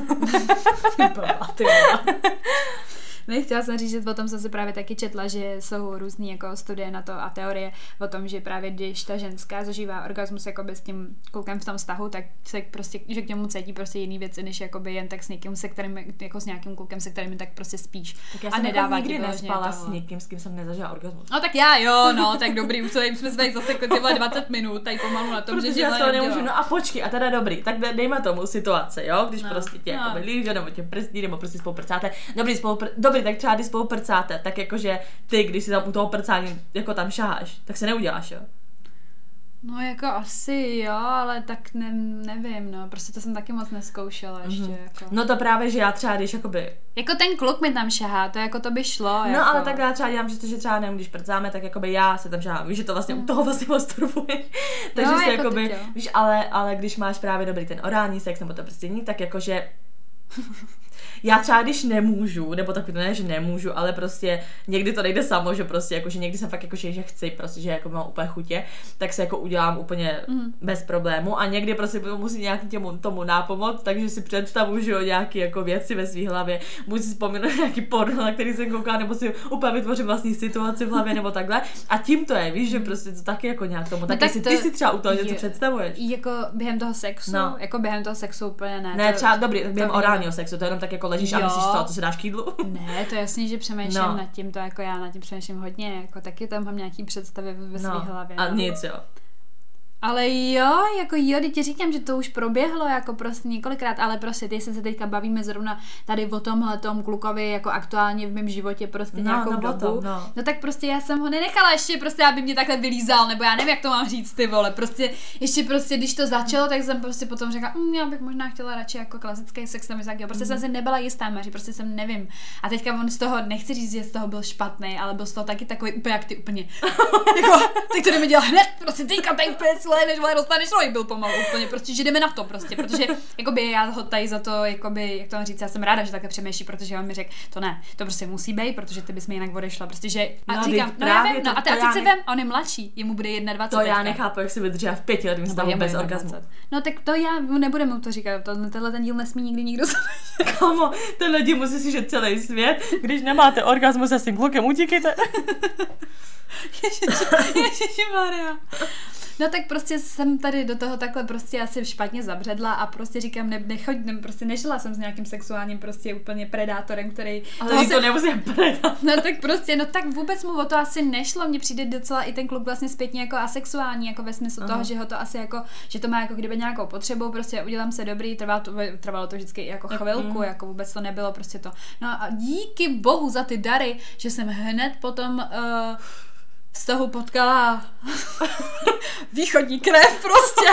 A: Ne, chtěla jsem říct, že o tom jsem si právě taky četla, že jsou různý jako studie na to a teorie o tom, že právě když ta ženská zažívá orgasmus jakoby s tím klukem v tom vztahu, tak se prostě, že k němu cítí prostě jiný věci, než jakoby jen tak s někým, se kterým, jako s nějakým klukem, se kterým tak prostě spíš.
B: Tak já
A: a
B: jsem
A: nedává
B: nikdy nespala
A: toho.
B: s někým, s kým jsem nezažila orgasmus.
A: No tak já jo, no, tak dobrý, už jsme se tady zasekli tyhle dvacet minut, tady pomalu na tom,
B: protože
A: že
B: já to nemůžu, no a počkej, a teda dobrý, tak dejme tomu situace, jo, když
A: no,
B: prostě tě
A: no.
B: jako líže, nebo tě prstí, nebo prostě spolupracáte, dobrý, spolupr... dobrý, tak třeba když spolupracáte, tak jakože ty, když si tam u toho prcání jako tam šaháš, tak se neuděláš, jo?
A: No jako asi jo, ale tak ne, nevím, no, prostě to jsem taky moc neskoušela ještě, mm-hmm. jako.
B: No to právě, že já třeba když jakoby...
A: Jako ten kluk mi tam šahá, to jako to by šlo,
B: No
A: jako.
B: ale tak já třeba dělám, že třeba nevím, když prcáme, tak jakoby já se tam šahám, víš, že to vlastně mm. u toho vlastně masturbuješ, takže
A: no,
B: si
A: jako
B: jakoby,
A: teď,
B: víš, ale, ale když máš právě dobrý ten orální sex nebo to prstění, tak jakože... Já třeba když nemůžu, nebo tak to ne, že nemůžu, ale prostě někdy to nejde samo, že prostě jakože někdy jsem fakt jakože, že chci, prostě, že jako mám úplně chutě, tak se jako udělám úplně mm. bez problému a někdy prostě musím nějaký těmu, tomu nápomoc, takže si představu, že jo, nějaký jako věci ve svý hlavě, buď si vzpomínat nějaký porno, na který jsem koukala, nebo si úplně vytvořím vlastní situaci v hlavě, nebo takhle a tím to je, víš, že prostě to taky jako nějak tomu, no tak, tak jestli to, ty si třeba u toho něco představuješ.
A: Jako během toho sexu,
B: no.
A: jako během toho sexu úplně ne.
B: Ne,
A: to,
B: třeba dobrý, tak během
A: to
B: orálního sexu, to jenom tak jako ležíš jo. a myslíš, co, to si dáš k jídlu?
A: Ne, to je jasný, že přemýšlím
B: no.
A: nad tím, to jako já nad tím přemýšlím hodně, jako taky tam mám nějaký představy ve své
B: no.
A: hlavě.
B: A
A: no.
B: nic, jo.
A: Ale jo, jako jo, teď ti říkám, že to už proběhlo jako prostě několikrát, ale prostě ty se teďka bavíme zrovna tady o tomhletom klukovi jako aktuálně v mém životě prostě
B: no,
A: nějakou
B: no,
A: dobu.
B: Tom, no.
A: no tak prostě já jsem ho nenechala ještě prostě, aby mě takhle vylízal, nebo já nevím, jak to mám říct, ty vole, prostě ještě prostě, když to začalo, tak jsem prostě potom řekla, mmm, já bych možná chtěla radši jako klasický sex, nebo tak, jo, prostě mm. jsem si nebyla jistá, Maří, prostě jsem nevím. A teďka on z toho, nechci říct, že z toho byl špatný, ale byl z toho taky takový úplně jak ty úplně. Jako, tak to jdeme dělat hned, prostě teďka tady úplně celé, než dostaneš no, byl pomalu úplně, prostě, že jdeme na to prostě, protože jakoby já ho tady za to, jakoby, jak to mám říct, já jsem ráda, že takhle přemýšlí, protože on mi řekl, to ne, to prostě musí být, protože ty bys mi jinak odešla, prostě, že a
B: no,
A: říkám, no já vím, no a ty, a ty si vem, on je mladší, jemu bude dvacet jedna.
B: To já nechápu, jak si vydržela v pětiletém stavu bez orgasmu.
A: No tak to já, nebudeme mu to říkat, to, tenhle ten díl nesmí nikdy nikdo slyšet.
B: Kamo, tenhle díl musí slyšet celý svět, když nemáte orgasmus se s tím klukem, utíkejte.
A: Ježišimaria. No tak prostě jsem tady do toho takhle prostě asi špatně zabředla a prostě říkám, ne, nechoď, ne, prostě nežila jsem s nějakým sexuálním prostě úplně predátorem, který...
B: Ale to se... nemusí predátor.
A: No tak prostě, no tak vůbec mu o to asi nešlo, mně přijde docela i ten kluk vlastně zpětně jako asexuální, jako ve smyslu Aha. toho, že ho to asi jako, že to má jako kdyby nějakou potřebu, prostě udělám se dobrý, trvalo to, trvalo to vždycky jako chvilku, mm. jako vůbec to nebylo prostě to. No a díky bohu za ty dary, že jsem hned potom... Uh, z toho potkala východní krev prostě.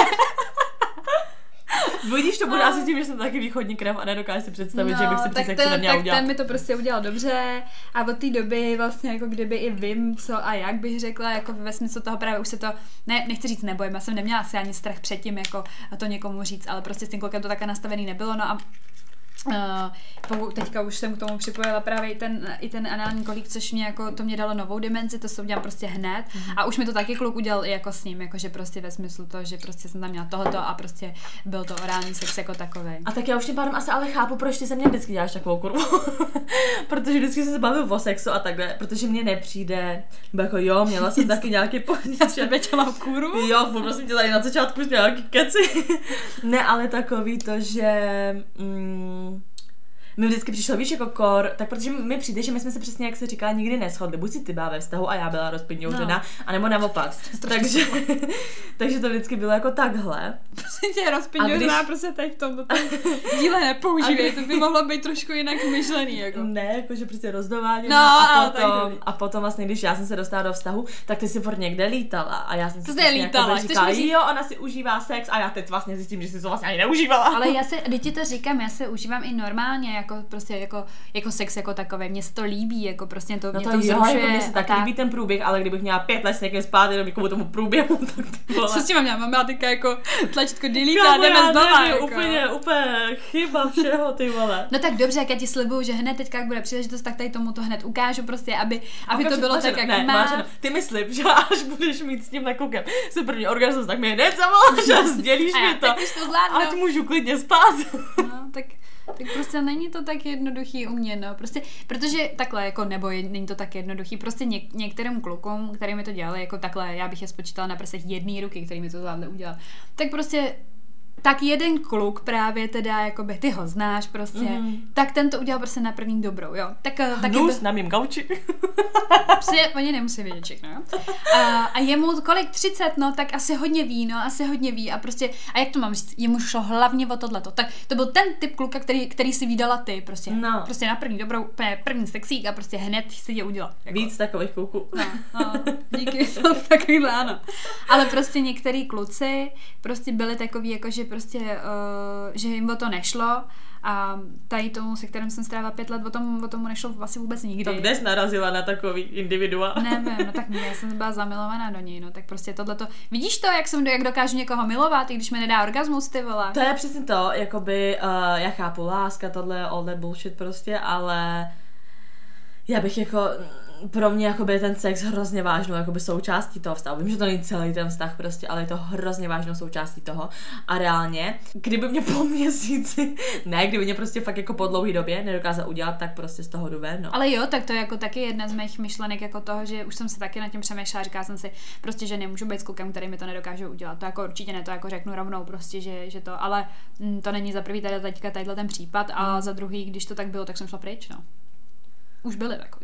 B: Vidíš, to bude a... asi tím, že jsem taky východní krev a nedokážu si představit,
A: no,
B: že bych si při sexu neměla
A: tak
B: udělat.
A: ten mi to prostě udělal dobře a od té doby vlastně jako kdyby i vím, co a jak bych řekla, jako ve smyslu toho právě už se to, ne, nechci říct nebojím, já jsem neměla asi ani strach předtím, jako to někomu říct, ale prostě s tím klukem to také nastavený nebylo, no a Uh, teďka už jsem k tomu připojila právě i ten, i ten anální kolík, což mě jako, to mě dalo novou dimenzi, to jsem udělala prostě hned mm-hmm. a už mi to taky kluk udělal i jako s ním, jakože prostě ve smyslu toho, že prostě jsem tam měla tohoto a prostě byl to orální sex jako takovej.
B: A tak já už tím pádem asi ale chápu, proč ty se mě vždycky děláš takovou kurvu, protože vždycky se bavil o sexu a takhle, protože mně nepřijde, nebo jako jo, měla jsem taky nějaký podnět.
A: Já jsem dělala kurvu?
B: Jo, furt jsem dělala i na začátku už nějaký keci. Ne, ale takový to, že... Mm, mi vždycky přišlo, víš, jako kor, tak protože mi přijde, že my jsme se přesně, jak se říká, nikdy neshodli. Buď si ty byla ve vztahu a já byla rozpindňouřená, no. anebo naopak. takže, takže to vždycky bylo jako takhle.
A: Prostě tě rozpindňouřená, když... prostě teď v tomto díle nepoužívej, když... to by mohlo být trošku jinak myšlený, jako.
B: Ne, jakože prostě rozdování.
A: No,
B: a, potom, a potom vlastně, když já jsem se dostala do vztahu, tak ty si furt někde lítala a já jsem si
A: prostě lítala,
B: jako říkala, říct... jo, ona si užívá sex a já teď vlastně zjistím, že si to vlastně ani neužívala.
A: Ale já se, když ti to říkám, já se užívám i normálně, jako prostě jako, jako sex jako takové. Mně se to líbí, jako prostě to,
B: no
A: mě
B: to,
A: to
B: jo,
A: vzrušuje.
B: Jako mně se taky líbí ten průběh, ale kdybych měla pět let s někým spát jenom jako tomu průběhu, tak ty vole.
A: Co s tím mám měla? Mám já teďka jako tlačítko delete a jdeme znova. Jako.
B: Úplně, úplně chyba všeho, ty vole.
A: No tak dobře, jak já ti slibuju, že hned teďka, jak bude příležitost, tak tady tomu to hned ukážu prostě, aby, aby to bylo tak, jak
B: ne,
A: má.
B: Máš, ty mi slib, že až budeš mít s tím nakoukem se první orgasmus, tak mi hned zavoláš a sdělíš mi to.
A: to zvládnu.
B: Ať můžu klidně spát.
A: No, tak, tak prostě není to tak jednoduchý u mě, no. Prostě, protože takhle, jako, nebo je, není to tak jednoduchý, prostě něk, některým klukům, který mi to dělali, jako takhle, já bych je spočítala na prstech jedné ruky, který mi to zvládli udělat, tak prostě tak jeden kluk právě teda, jakoby, ty ho znáš prostě, mm. tak ten to udělal prostě na první dobrou, jo. Tak, tak
B: Hnus
A: by...
B: na mým gauči.
A: Prostě oni nemusí vědět všechno, jo. A, a je mu kolik třicet, no, tak asi hodně ví, no, asi hodně ví a prostě, a jak to mám říct, jemu šlo hlavně o tohleto. Tak to byl ten typ kluka, který, který si vídala ty, prostě.
B: No.
A: Prostě na první dobrou, první sexík a prostě hned si je udělat. Jako.
B: Víc takových kluků.
A: No, no, díky, takovýhle, ano. Ale prostě některý kluci prostě byli takový, jako že prostě, uh, že jim o to nešlo a tady tomu, se kterým jsem strávila pět let, o, tom, o tomu nešlo asi vůbec nikdy.
B: To kde jsi narazila na takový individua?
A: Nevím, no tak já jsem byla zamilovaná do něj, no tak prostě tohleto. Vidíš to, jak jsem, jak dokážu někoho milovat, i když mi nedá orgasmus, ty vole?
B: To je přesně to, jakoby, uh, já chápu láska, tohle je all that bullshit prostě, ale já bych jako, pro mě jakoby ten sex hrozně vážnou jakoby součástí toho vztahu. Vím, že to není celý ten vztah prostě, ale je to hrozně vážnou součástí toho. A reálně, kdyby mě po měsíci, ne, kdyby mě prostě fakt jako po dlouhý době nedokázal udělat, tak prostě z toho jdu ven, no.
A: Ale jo, tak to je jako taky jedna z mých myšlenek jako toho, že už jsem se taky nad tím přemýšlela, říkala jsem si prostě, že nemůžu být s klukem, který mi to nedokáže udělat. To jako určitě ne, to jako řeknu rovnou prostě, že, že to, ale m, to není za prvý tady teďka tadyhle ten případ a mm. za druhý, když to tak bylo, tak jsem šla pryč, no. Už byly takový.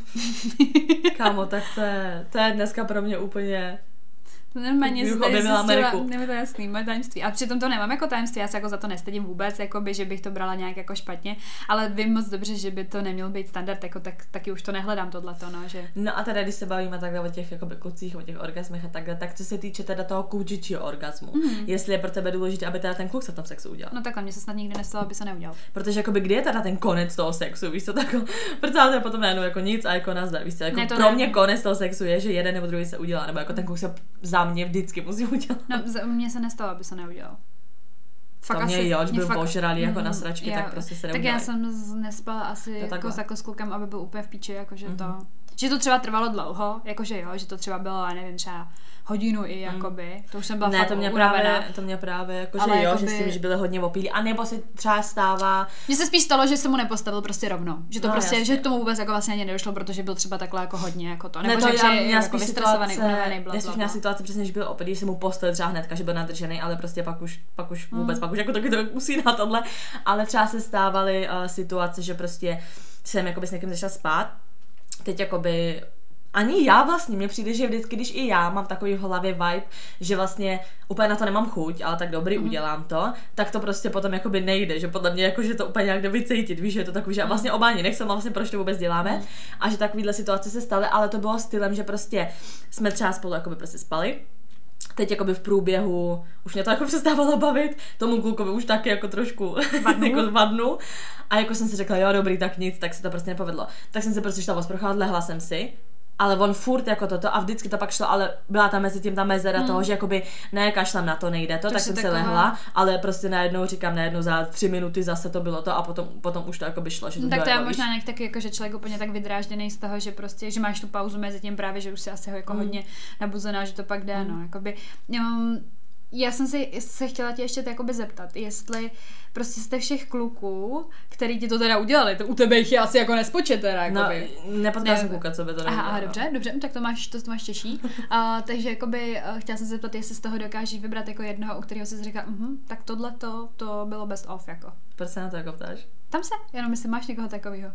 B: Kámo, tak to je, to je dneska pro mě úplně...
A: Normálně zde zjistila, nevím to jasný, moje tajemství. A přitom to nemám jako tajemství, já se jako za to nestydím vůbec, jakoby, že bych to brala nějak jako špatně, ale vím moc dobře, že by to neměl být standard, jako tak, taky už to nehledám tohleto, no, že...
B: No a teda, když se bavíme takhle o těch jakoby klucích, o těch orgasmech a takhle, tak co se týče teda toho koučičího orgasmu, mm. jestli je pro tebe důležité, aby teda ten kluk se v tom sexu udělal.
A: No takhle, mě se snad nikdy nestalo, aby se neudělal.
B: Protože jakoby kdy je teda ten konec toho sexu, víš co, tako, protože to je potom najednou jako nic a jako nazdar, víš co, jako ne, pro ne. mě konec toho sexu je, že jeden nebo druhý se udělá, nebo jako ten kluk se za mě vždycky musí udělat.
A: No, mně se nestalo, aby se neudělal.
B: Fakt to mě asi, jo, že byl fakt... požralý jako mm, na sračky, já, tak prostě se neudělali.
A: Tak já jsem nespala asi jako takhle s klukem, aby byl úplně v píči, jakože mm-hmm. to... Že to třeba trvalo dlouho, jakože jo, že to třeba bylo, já nevím, třeba hodinu i jakoby, to už jsem byla
B: ne,
A: fakt
B: to mě
A: unavená.
B: právě, to mě právě jakože
A: ale
B: jo,
A: jakoby...
B: že s tím, že byly hodně opílí, a nebo se třeba stává...
A: Mně se spíš stalo, že se mu nepostavil prostě rovno, že to
B: no,
A: prostě,
B: jasně.
A: že k tomu vůbec jako vlastně ani nedošlo, protože byl třeba takhle jako hodně jako to, nebo
B: ne, to
A: že,
B: já,
A: že
B: já
A: jako vystresovaný, unavený, bla,
B: já spíš měla situaci přesně, že byl opilý, že se mu postavil třeba hnedka, že byl nadržený, ale prostě pak už, pak už vůbec, mm. pak už jako taky to musí na tohle, ale třeba se stávaly uh, situace, že prostě jsem jakoby s někým začala spát, teď jakoby ani já vlastně, mně přijde, že vždycky, když i já mám takový v hlavě vibe, že vlastně úplně na to nemám chuť, ale tak dobrý, mm. udělám to, tak to prostě potom jakoby nejde, že podle mě jako, že to úplně nějak jde vycítit, víš, že je to takový, že mm. vlastně oba ani nechcem, vlastně proč to vůbec děláme mm. a že takovýhle situace se staly, ale to bylo stylem, že prostě jsme třeba spolu jakoby prostě spali, teď jakoby v průběhu, už mě to jako přestávalo bavit, tomu klukovi už taky jako trošku jako vadnu a jako jsem si řekla, jo dobrý, tak nic, tak se to prostě nepovedlo. Tak jsem se prostě šla osprchovat, lehla jsem si, ale on furt jako toto a vždycky to pak šlo, ale byla tam mezi tím ta mezera hmm. toho, že jakoby ne, kašlám na to, nejde to, to tak jsem taková... se lehla, ale prostě najednou říkám, najednou za tři minuty zase to bylo to a potom, potom už to jakoby šlo, že to
A: no, tak to
B: je
A: možná nějak taky, jako, že člověk úplně tak vydrážděný z toho, že prostě, že máš tu pauzu mezi tím právě, že už si asi ho jako hmm. hodně nabuzená, že to pak jde, hmm. no, jakoby, um, já jsem si se chtěla tě ještě jakoby zeptat, jestli prostě jste všech kluků, který ti to teda udělali, to u tebe jich je asi jako nespočet teda, jakoby.
B: No, nepotkala ne, jsem kluka, co by to neudělala.
A: Aha, dobře, dobře, tak to máš, to, to máš těžší. uh, takže jakoby uh, chtěla jsem se zeptat, jestli z toho dokážeš vybrat jako jednoho, u kterého jsi říkal, uh-huh, tak tohle to, to bylo best of, jako.
B: Proč se na to jako ptáš?
A: Tam se, jenom jestli máš někoho takového.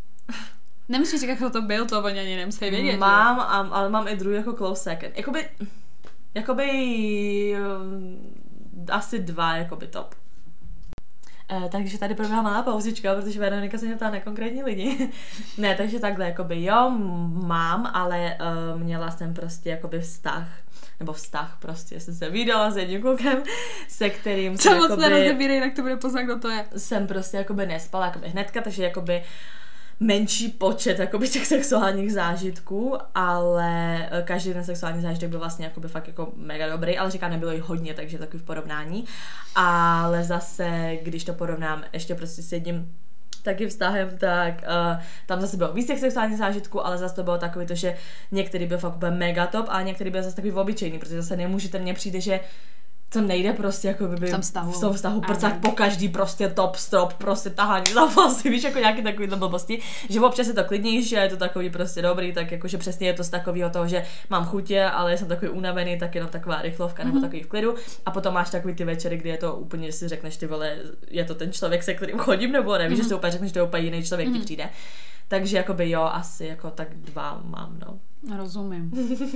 A: Nemusíš říkat, kdo to byl, to oni ani nemusí vědět.
B: Mám, a, ale mám i druhý jako close second. Jakoby, jakoby um, asi dva jakoby top. Uh, takže tady proběhla malá pauzička, protože Veronika se mě ptá na konkrétní lidi. Ne, takže takhle, jakoby jo, mám, ale uh, měla jsem prostě jakoby vztah, nebo vztah prostě, jsem se vydala s jedním klukem, se kterým
A: jsem
B: jakoby...
A: moc nerozebírej, jinak to bude poznat, kdo to je.
B: Jsem prostě jakoby nespala jakoby hnedka, takže jakoby menší počet jakoby těch sexuálních zážitků, ale každý ten sexuální zážitek byl vlastně jakoby fakt jako mega dobrý, ale říkám, nebylo jich hodně, takže takový v porovnání. Ale zase, když to porovnám ještě prostě s jedním taky vztahem, tak uh, tam zase bylo víc těch sexuálních zážitků, ale zase to bylo takový to, že některý byl fakt úplně mega top, a některý byl zase takový obyčejný, protože zase nemůžete, mně přijde, že to nejde prostě jako by, by
A: v tom vztahu,
B: v tom vztahu prcat po každý prostě top, strop, prostě tahání za vlasy, víš, jako nějaký takový blbosti, že občas je to klidnější a je to takový prostě dobrý, tak jakože přesně je to z takového toho, že mám chutě, ale jsem takový unavený, tak jenom taková rychlovka, mm-hmm. nebo takový v klidu, a potom máš takový ty večery, kdy je to úplně, si řekneš, ty vole, je to ten člověk, se kterým chodím, nebo ne, víš, mm-hmm. že si úplně řekneš, že to je úplně jiný člověk, mm-hmm. ti přijde. Takže jakoby jo, asi jako tak dva mám, no.
A: Rozumím.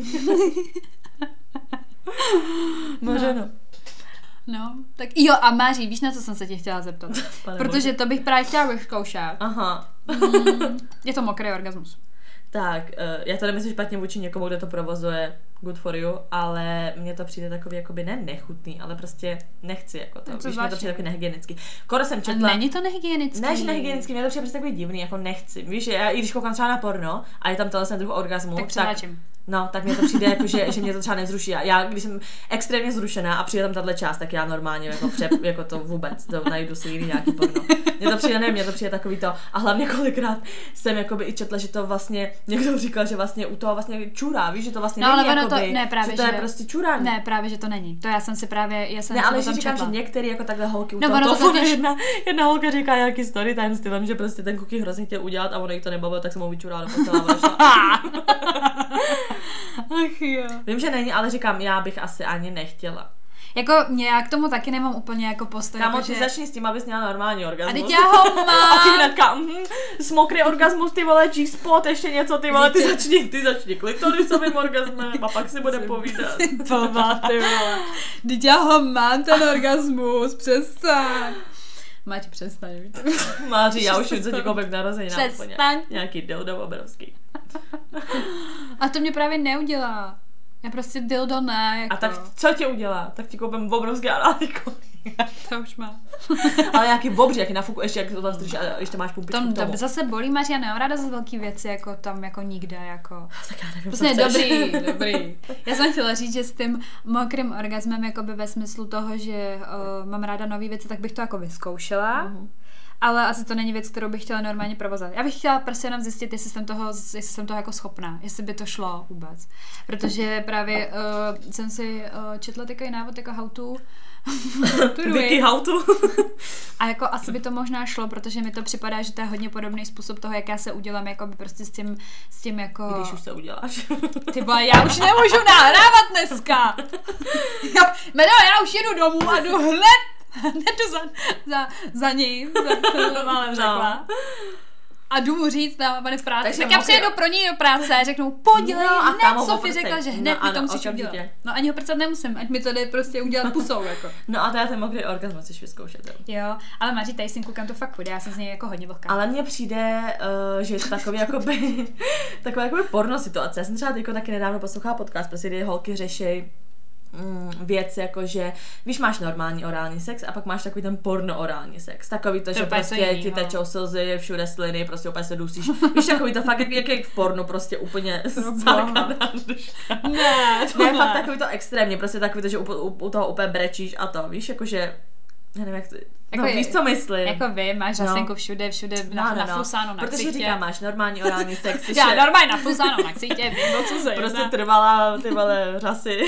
B: Možná no.
A: No, tak jo, a Máří, víš, na co jsem se tě chtěla zeptat? Protože
B: bože.
A: To bych právě chtěla vyzkoušet.
B: Aha.
A: Mm, je to mokrý orgasmus.
B: Tak, uh, já to nemyslím špatně vůči někomu, kdo to provozuje, good for you, ale mně to přijde takový jakoby ne nechutný, ale prostě nechci jako to, víš, mně to přijde takový nehygienický. Koro jsem četla...
A: A není to nehygienický?
B: Ne, že nehygienický, mně to přijde prostě takový divný, jako nechci. Víš, já i když koukám třeba na porno a je tam tenhle druh orgasmu,
A: tak,
B: tak no, tak mě to přijde jako, že, že mě to třeba nevzruší. Já, když jsem extrémně zrušená a přijde tam tahle část, tak já normálně jako, přep, jako to vůbec, to najdu si jiný nějaký porno. Mně to přijde, ne, mně to přijde takový to. A hlavně kolikrát jsem jakoby i četla, že to vlastně, někdo říkal, že vlastně u toho vlastně čurá, víš, že to vlastně
A: no,
B: není
A: ale
B: jakoby,
A: to, ne, právě,
B: že to
A: že,
B: je prostě čurání.
A: Ne, právě, že to není. To já jsem si právě, já jsem
B: ne,
A: si
B: ale
A: že
B: říkám,
A: četla.
B: že některý jako takhle holky u
A: no,
B: toho,
A: to
B: to
A: totiž...
B: jedna, jedna holka říká nějaký story time stylem, že prostě ten kuky hrozně chtěl udělat a ono jí to nebavilo, tak jsem ho vyčurala do postele.
A: Ach jo.
B: Vím, že není, ale říkám, já bych asi ani nechtěla.
A: Jako, já k tomu taky nemám úplně jako postoj.
B: Kámo,
A: jako,
B: ty
A: že...
B: začni s tím, abys měla normální orgasmus.
A: A teď já ho mám.
B: A ty hnedka, mm, smokrý orgasmus, ty vole, G-spot, ještě něco, ty vole, ty začni, ty začni klitorisovým orgasmem a pak si bude povídat.
A: Blbá, ty vole. Teď já ho mám, ten orgasmus, přestaň. Máči, přestaň, víte.
B: Máří, já už vím, co ti koupím k narozeninám.
A: Přestaň.
B: Nějaký dildo obrovský.
A: A to mě právě neudělá. Já prostě dildo ne, jako.
B: A tak co ti udělá? Tak ti koupím obrovský analýko.
A: To už má.
B: Ale nějaký obří, jaký na fuku, ještě jak to tam zdrží a ještě máš pumpičku
A: Tam,
B: k tomu.
A: tam zase bolí, máš, já nemám ráda za velký věci, jako tam jako nikde, jako.
B: Tak já nevím,
A: prostě dobrý, dobrý. Já jsem chtěla říct, že s tím mokrým orgasmem, jakoby ve smyslu toho, že uh, mám ráda nový věci, tak bych to jako vyzkoušela. Uh-huh. Ale asi to není věc, kterou bych chtěla normálně provozovat. Já bych chtěla prostě jenom zjistit, jestli jsem toho, jestli jsem toho jako schopná, jestli by to šlo vůbec. Protože právě uh, jsem si uh, četla takový návod jako how to
B: Wiki how to.
A: A jako asi by to možná šlo, protože mi to připadá, že to je hodně podobný způsob toho, jak já se udělám jako by prostě s tím, s tím jako...
B: Když už se uděláš.
A: Ty vole, já už nemůžu nahrávat dneska. Já, Medo, já už jedu domů a jdu hned Nedu za, za, za ním, za to málem řekla. A jdu mu říct, na pane v práci. Takže tak já přijedu pro ní do práce, řeknu, podělej no, hned, Sofie řekla, že hned no, mi to musíš udělat. No ani ho prcat nemusím, ať mi to jde prostě udělat pusou, jako.
B: No a to já ten mokrý orgasmus chceš vyzkoušet. Jo,
A: jo, ale Maří, tady si koukám, to fakt půjde, já jsem z něj jako hodně vlhká.
B: Ale mně přijde, uh, že je to takový jakoby, taková jakoby porno situace. Já jsem třeba teďko taky nedávno poslouchala podcast, prostě kdy holky řeší Mm, věc jako, že víš, máš normální orální sex a pak máš takový ten porno orální sex. Takový to, to že prostě ti tečou slzy, všude sliny, prostě úplně se dusíš. Víš, takový to fakt, jak, jak, jak v pornu, prostě úplně zcárkaná duška.
A: Ne, to
B: ne.
A: Ne,
B: fakt takový to extrémně, prostě takový to, že u, u, u toho úplně brečíš a to, víš, jakože já nevím, jak to...
A: Jako
B: no,
A: je,
B: víš, co myslím.
A: Jako vy, máš hasenku no. všude, všude na, no, no, no. naflusáno na
B: Protože
A: ksichtě.
B: říkám, máš normální orální sex.
A: Já normálně naflusáno na ksichtě, vím, o co se
B: prostě trvala ty vole řasy.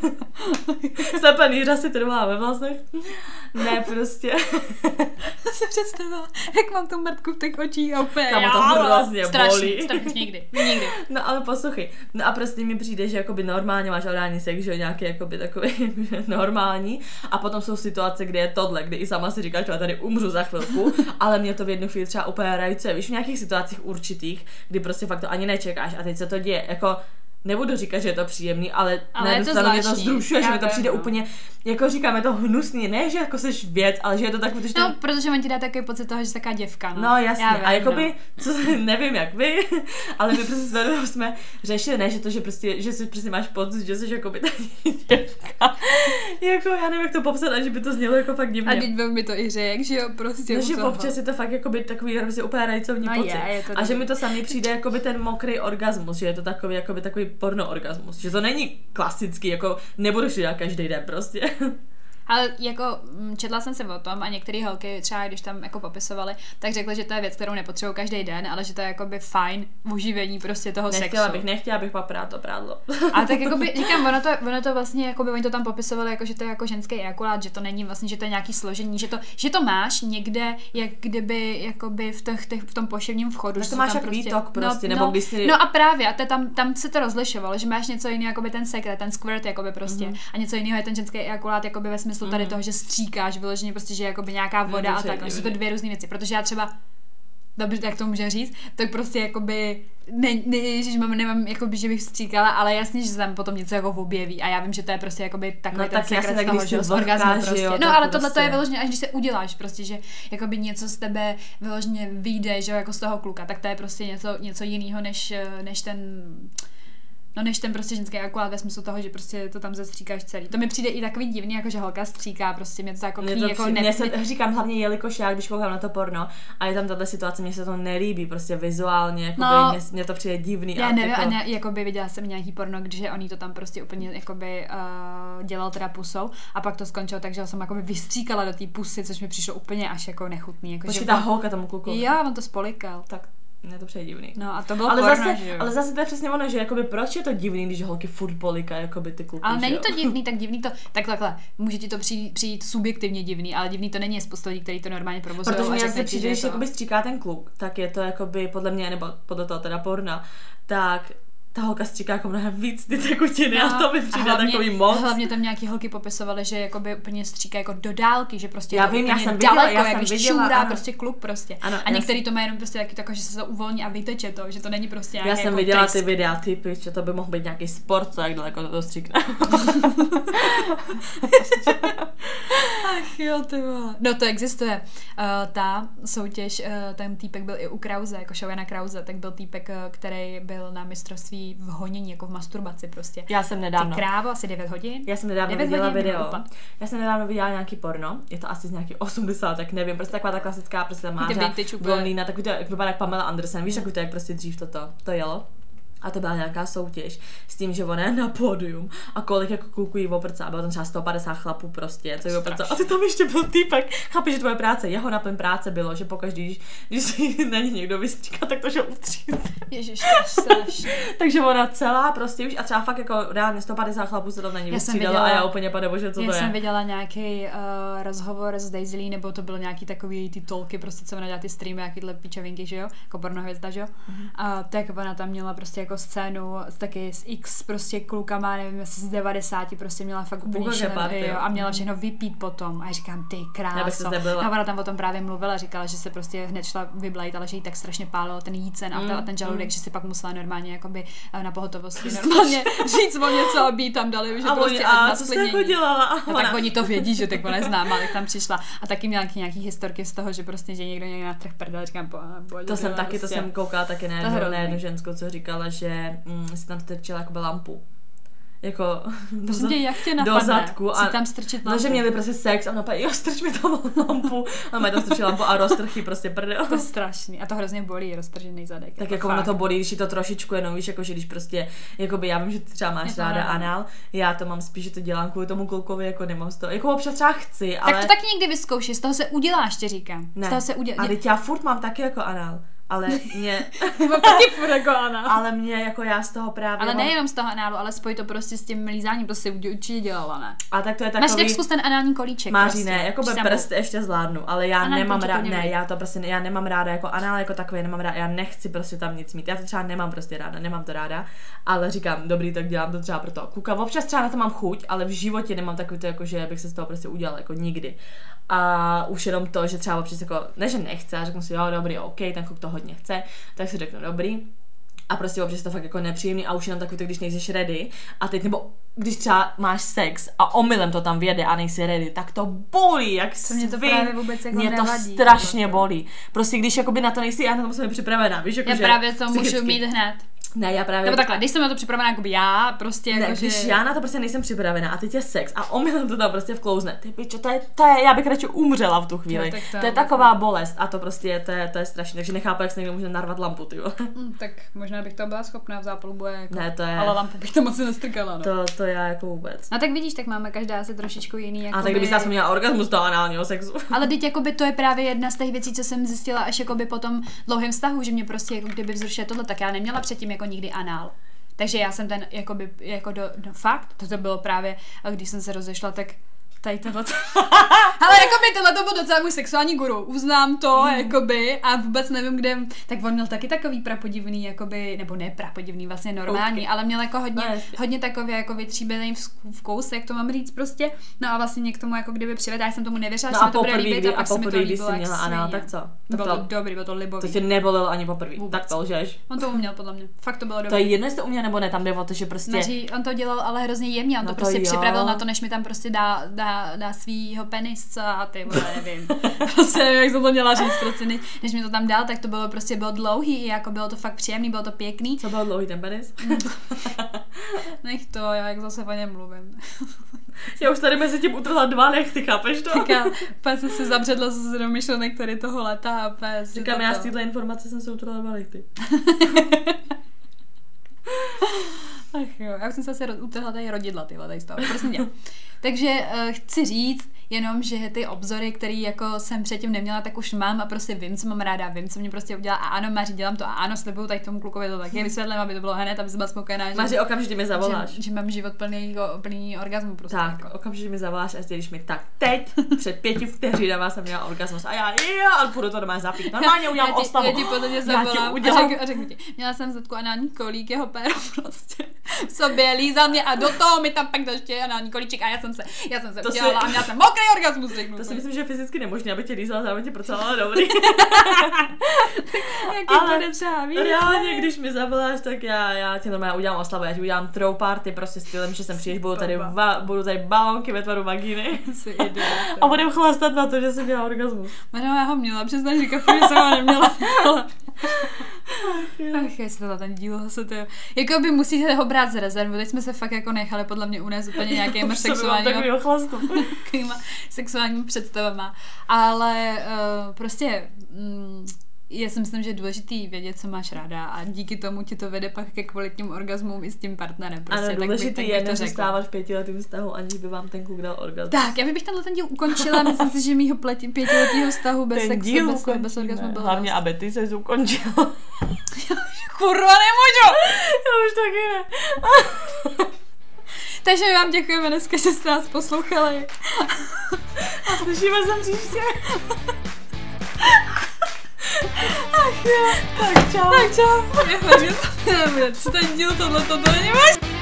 B: Slepený řasy trvala ve vlasech. Ne, prostě.
A: To se představila, jak mám tu mrtku v těch očích a úplně.
B: Kamo to hrozně bolí.
A: Strašně, nikdy, nikdy.
B: No ale poslouchej, no a prostě mi přijde, že jakoby normálně máš orální sex, že nějaký jakoby takový normální a potom jsou situace, kde je tohle, kdy i sama si říkáš, že já tady umřu za chvilku, ale mě to v jednu chvíli třeba úplně rajcuje, víš, v nějakých situacích určitých, kdy prostě fakt to ani nečekáš a teď se to děje, jako nebudu říkat, že je to příjemný, ale,
A: ale
B: na jednu stranu mě to zrušuje, že mi to přijde
A: no.
B: úplně, jako říkáme to hnusný, ne, že jako seš věc, ale že je to tak, protože...
A: No, protože on ti dá takový pocit toho, že jsi taká děvka, no.
B: No, jasně,
A: Já vím,
B: a jakoby,
A: no.
B: co, nevím jak vy, ale my prostě jsme, jsme řešili, ne, že to, že prostě, že si prostě máš pocit, že jsi jakoby ta děvka, jako já nevím, jak to popsat, a že by to znělo jako fakt divně.
A: A teď byl mi to i řek, že jo, prostě
B: no, že občas je to fakt jakoby takový prostě úplně rajcovní
A: no
B: pocit.
A: Je, je
B: a že mi to samý přijde jakoby ten mokrý orgasmus, že je to takový, jakoby takový porno orgasmus, že to není klasický, jako nebudu si dělat každý den prostě.
A: Ale jako četla jsem se o tom a některé holky třeba, když tam jako popisovaly, tak řekly, že to je věc, kterou nepotřebují každý den, ale že to je jakoby fajn uživení prostě toho
B: nechtěla
A: sexu.
B: Bych, nechtěla bych paprát to prádlo.
A: A tak jakoby, říkám, ono to, ono to vlastně, jakoby oni to tam popisovali, jako, že to je jako ženský ejakulát, že to není vlastně, že to je nějaký složení, že to, že to máš někde, jak kdyby, jakoby v, těch, těch, v tom poševním vchodu.
B: Že to máš jak
A: prostě,
B: výtok prostě,
A: no,
B: nebo
A: no,
B: když si...
A: No a právě, a to tam, tam se to rozlišovalo, že máš něco jiného, jakoby ten sekret, ten squirt, jakoby prostě, mm-hmm. a něco jiného je ten ženský ejakulát, jakoby ve smyslu tady mm-hmm. toho, že stříkáš vyloženě prostě, že je jakoby nějaká voda no, a tak, jsou to dvě různé věci, protože já třeba dobře, tak to můžu říct, tak prostě jakoby ne, ne, ježišmam, nemám jakoby, že bych stříkala, ale jasně, že se tam potom něco jako objeví a já vím, že to je prostě jakoby takový
B: no,
A: ten
B: tak
A: sekret
B: tak,
A: toho, že z orgazmu prostě.
B: Jo,
A: no ale
B: prostě.
A: tohle to je vyloženě, až když se uděláš prostě, že jakoby něco z tebe vyloženě vyjde, že jo, jako z toho kluka, tak to je prostě něco, něco jiného, než, než ten No než ten prostě ženský ejakulát ve smyslu toho, že prostě to tam zastříkáš celý. To mi přijde i takový divný, jako že holka stříká, prostě mě to jako kní,
B: to
A: jako
B: při...
A: ne...
B: Mně se, říkám hlavně, jelikož já, když koukám na to porno a je tam tato situace, mně se to nelíbí, prostě vizuálně, jako
A: no,
B: mě, mě to přijde divný.
A: Já nevím,
B: jako...
A: a ne, jakoby viděla jsem nějaký porno, když oni to tam prostě úplně jakoby uh, dělal teda pusou a pak to skončilo tak, že jsem jakoby vystříkala do té pusy, což mi přišlo úplně až jako nechutný. Jako,
B: Počkej,
A: že
B: ta
A: on...
B: holka tomu klukovi.
A: Jo, on to spolikal.
B: Tak. Mně to přijde divný.
A: No a to bylo
B: ale
A: porno,
B: zase,
A: že jo.
B: ale zase to je přesně ono, že jakoby proč je to divný, když holky furt polikají jakoby ty kluky,
A: ale není
B: jo?
A: to divný, tak divný to, tak takhle, může ti to přijít, přijít subjektivně divný, ale divný to není z lidí, který to normálně provozují.
B: Protože mě se přijde, když
A: to...
B: jakoby stříká ten kluk, tak je to jakoby podle mě, nebo podle toho teda porna, tak ta holka stříká jako mnohem víc ty tekutiny no, a to mi přijde hlavně, takový moc.
A: Hlavně tam nějaký holky popisovaly, že jakoby úplně stříká jako do dálky, že prostě
B: já
A: je to
B: vím,
A: úplně
B: já jsem viděla,
A: daleko,
B: já
A: jak
B: jsem
A: když
B: viděla,
A: čůrá
B: ano.
A: prostě kluk prostě.
B: Ano,
A: a některý jsem... to má jenom prostě taky tako, že se to uvolní a vyteče to, že to není prostě nějaký
B: já jsem
A: jako
B: viděla
A: trisk.
B: ty videa, typy, že to by mohl být nějaký sport, to jak daleko to stříkne.
A: Ach jo, ty vole. No to existuje. Uh, ta soutěž, uh, ten týpek byl i u Krause, jako Šovena Krause, tak byl týpek, uh, který byl na mistrovství v honění, jako v masturbaci prostě.
B: Já jsem nedávno.
A: Ty krávo, asi devět hodin.
B: Já jsem nedávno viděla video. Já jsem nedávno viděla nějaký porno, je to asi z nějaký osmdesát, tak nevím, prostě taková ta klasická, prostě Mářa, blondýna, takový to, jak vypadá jak Pamela Anderson, víš, takový to, jak prostě dřív toto, to jelo. A to byla nějaká soutěž s tím, že ona je na pódium a kolik jako kluků jí oprcá, bylo tam třeba sto padesát chlapů prostě, co jí oprcá. A ty tam ještě byl týpek, chápeš, že tvoje práce, jeho naplň práce bylo, že pokaždý, když, když si na ní někdo vystříká, tak to, že utří.
A: Ježiš, to strašně.
B: Takže ona celá prostě už a třeba fakt jako reálně sto padesát chlapů se tam na ní vystřídala a já úplně pane bože, co
A: já
B: to je.
A: Já jsem viděla nějaký uh, rozhovor s Daisy Lee, nebo to bylo nějaký takový ty tolky, prostě co ona dělá ty streamy, jakýhle pičovinky, že jo, jako pornohvězda, že jo. Mm-hmm. A tak ona tam měla prostě jako scénu taky s X prostě klukama, nevím, jestli z devadesáti prostě měla fakt úplně šílený, jo, a měla všechno vypít potom a já říkám, ty kráso. No, ona tam o tom právě mluvila, říkala, že se prostě hned šla vyblejt, ale že jí tak strašně pálilo ten jícen a, mm, a ten žaludek, mm. že si pak musela normálně jakoby na pohotovosti normálně říct o něco, aby jí tam dali, že
B: a
A: prostě
B: oni, a co jste jako dělala?
A: No, tak oni to vědí, že tak ona je známá, tak tam přišla a taky měla nějaký historky z toho, že prostě, že někdo někdo na trh prdel, říkám, po, po,
B: to jsem taky,
A: prostě.
B: to jsem koukala taky na jednu, na jednu ženskou, co říkala, že mm, si tam strčila jakoby lampu. Jako
A: do, za, tě, jak tě napadne,
B: do zadku a
A: tam strčit lampu.
B: No, že měli prostě sex a ona napadne, jo, strč mi tam lampu. A mají tam strčit lampu a roztrchy prostě prdel.
A: To je strašný a to hrozně bolí, roztržený zadek.
B: Tak jako ono to bolí, když je to trošičku jenom, víš, jako že když prostě, jakoby já vím, že ty třeba máš ráda anál, já to mám spíš, že to dělám kvůli tomu klukovi, jako nemám z toho, jako občas třeba chci, ale...
A: Tak to taky někdy vyzkouši, z toho se uděláš, tě říkám.
B: Ne,
A: z toho se udělá...
B: a teď já furt mám taky jako anál. Ale mě...
A: Mám taky furt jako anál.
B: Ale mě jako já z toho právě...
A: Ale
B: mám...
A: nejenom z toho análu, ale spoj to prostě s tím lízáním, to si určitě dělala, ne?
B: A tak to je takový...
A: Máš tak zkus ten anální kolíček.
B: Máří,
A: prostě.
B: ne, jako by prst ještě zvládnu, ale já
A: Anální
B: nemám ráda, ne,
A: nevím.
B: já to prostě, já nemám ráda jako anál jako takový, nemám ráda, já nechci prostě tam nic mít, já to třeba nemám prostě ráda, nemám to ráda, ale říkám, dobrý, tak dělám to třeba pro toho kluka, občas třeba na to mám chuť, ale v životě nemám takový to, jako že bych se z toho prostě udělala, jako nikdy. A už jenom to, že třeba občas jako, ne, že nechce, a řeknu si, jo, dobrý, OK, ten kluk to hodně chce, tak si řeknu, dobrý, A prostě občas je to fakt jako nepříjemný a už jenom takový to, když nejseš ready a teď nebo když třeba máš sex a omylem to tam vjede a nejsi ready, tak to bolí, jak svin.
A: Mě to právě vůbec jako
B: Mě to
A: nevadí,
B: strašně bolí. Prostě když jakoby na to nejsi, já na to musím být připravená, víš, jako
A: já
B: že
A: právě to
B: psychicky.
A: můžu mít hned.
B: Ne, já právě...
A: Nebo takhle, když jsem na to připravená jako já, prostě
B: ne,
A: jako,
B: když
A: že...
B: já na to prostě nejsem připravená a teď je sex a omylem to tam prostě vklouzne. Ty pičo, to je, to je, já bych radši umřela v tu chvíli.
A: Jo, to,
B: to je taková bolest a to prostě je, to je, to je strašné, takže nechápu, jak se někdo může narvat lampu, ty jo.
A: Mm, tak možná bych to byla schopná v zápalu boje, jako,
B: ne, to je...
A: ale lampu bych to moc nestrkala, no.
B: To, to já jako vůbec.
A: No tak vidíš, tak máme každá asi trošičku jiný, jakoby...
B: A tak kdyby jsi měla orgasmus toho análního sexu.
A: Ale teď jakoby to je právě jedna z těch věcí, co jsem zjistila až jakoby po tom dlouhém vztahu, že mě prostě jako kdyby vzrušuje tohle, tak já neměla předtím jako nikdy anál. Takže já jsem ten, jakoby, jako do, no fakt, to bylo právě, když jsem se rozešla, tak tady tohle. Ale jakoby tohle to byl docela můj sexuální guru, uznám to, mm. jakoby, a vůbec nevím, kde, tak on měl taky takový prapodivný, jakoby, nebo ne prapodivný, vlastně normální, Koutky. Ale měl jako hodně, no, hodně takový jako vytříbený v, v kouse, jak to mám říct prostě, no a vlastně mě k tomu jako kdyby přivedl, já jsem tomu nevěřila,
B: no
A: že se mi to bude líbit, a pak se mi to
B: líbilo, jak měla anál, tak co?
A: To bylo to dobrý, bylo to libový.
B: To tě nebolelo ani poprvé, tak to lžeš.
A: On to uměl podle mě, fakt to bylo dobrý.
B: To je jedno, jestli to uměl nebo ne, tam jde o to, že prostě...
A: Maří, on to dělal ale hrozně jemně, on
B: no
A: to prostě
B: jo.
A: připravil na to, než mi tam prostě dá, dá, dá svýho penisce a ty vole, nevím. Prostě nevím, jak jsem to měla říct, prostě než, než mi to tam dal, tak to bylo prostě, bylo dlouhý, jako bylo to fakt příjemný, bylo to pěkný.
B: Co bylo dlouhý ten penis?
A: Nech to, já jak zase o něm mluvím.
B: Já už tady mezi tím utrhla dva nechty, chápeš to?
A: Říkám, úplně jsem se zabředla z do myšlenek tady toho leta a úplně...
B: Říkám, já z téhle informace jsem se utrhla dva nechty.
A: Ach jo, já už jsem se asi utrhla tady rodidla, tyhle, tady stalo, prostě dělám. Takže uh, chci říct jenom, že ty obzory, které jako jsem předtím neměla, tak už mám a prostě vím, co mám ráda, vím, co mě prostě udělá a ano, Maří, dělám to a ano, slibuju tady tomu klukovi to taky vysvětlím, aby to bylo hned, aby se byla spokojená.
B: Maří, okamžitě mi zavoláš.
A: Že, že mám život plný, plný orgasmu prostě.
B: Tak, jako. Okamžitě mi zavoláš a sdělíš mi, tak teď před pěti vteřinama jsem měla orgasmus a já, jo, ale půjdu to doma zapít. Normálně udělám
A: já ti,
B: oslavu.
A: Já ti podle mě zavolám a řeknu, řeknu ti, měla jsem zadku anální kolík, jeho péro prostě v sobě, lízal mě a do toho mi tam pak ještě anální kolíček a já jsem se, já jsem se to udělala si... a měla jsem mokrý orgasmus, řeknu.
B: To si myslím, že je fyzicky nemožné, aby tě lízala, zároveň tě procela dobrý.
A: Ale třeba, víš,
B: reálně, když mi zavoláš, tak já, já ti normálně udělám oslavu, já ti udělám throw party prostě s tím, že sem přijdeš, budu tady, va, budu tady balonky ve tvaru vagíny a budem chlastat na to, že jsem měla orgasmus.
A: Ano, já ho měla, přesně říkat, že jsem ho neměla. Ach, jestli to ten díl zase to je. Jako by musíte ho brát z rezervu, teď jsme se fakt jako nechali podle mě unést úplně nějakýma sexuálníma, sexuálníma představama, ale uh, prostě mm, já si myslím, že je důležitý vědět, co máš ráda a díky tomu ti to vede pak ke kvalitním orgasmům i s tím partnerem. Prostě,
B: ano, důležitý je nezůstávat v pětiletým vztahu, aniž by vám ten kluk dal orgasmus.
A: Tak, já bych tenhle ten díl ukončila, myslím si, že mýho pětiletýho vztahu bez
B: ten
A: sexu, bez, bez orgasmu byl
B: hlavně,
A: dost.
B: aby ty se ukončila.
A: Kurva, nemůžu!
B: Já už taky ne.
A: Takže vám děkujeme dneska, že jste nás poslouchali.
B: A slyšíme se příště.
A: Ach jo. Tak čau. Tak čau. Já, že to, co ten díl tohle, to není možné.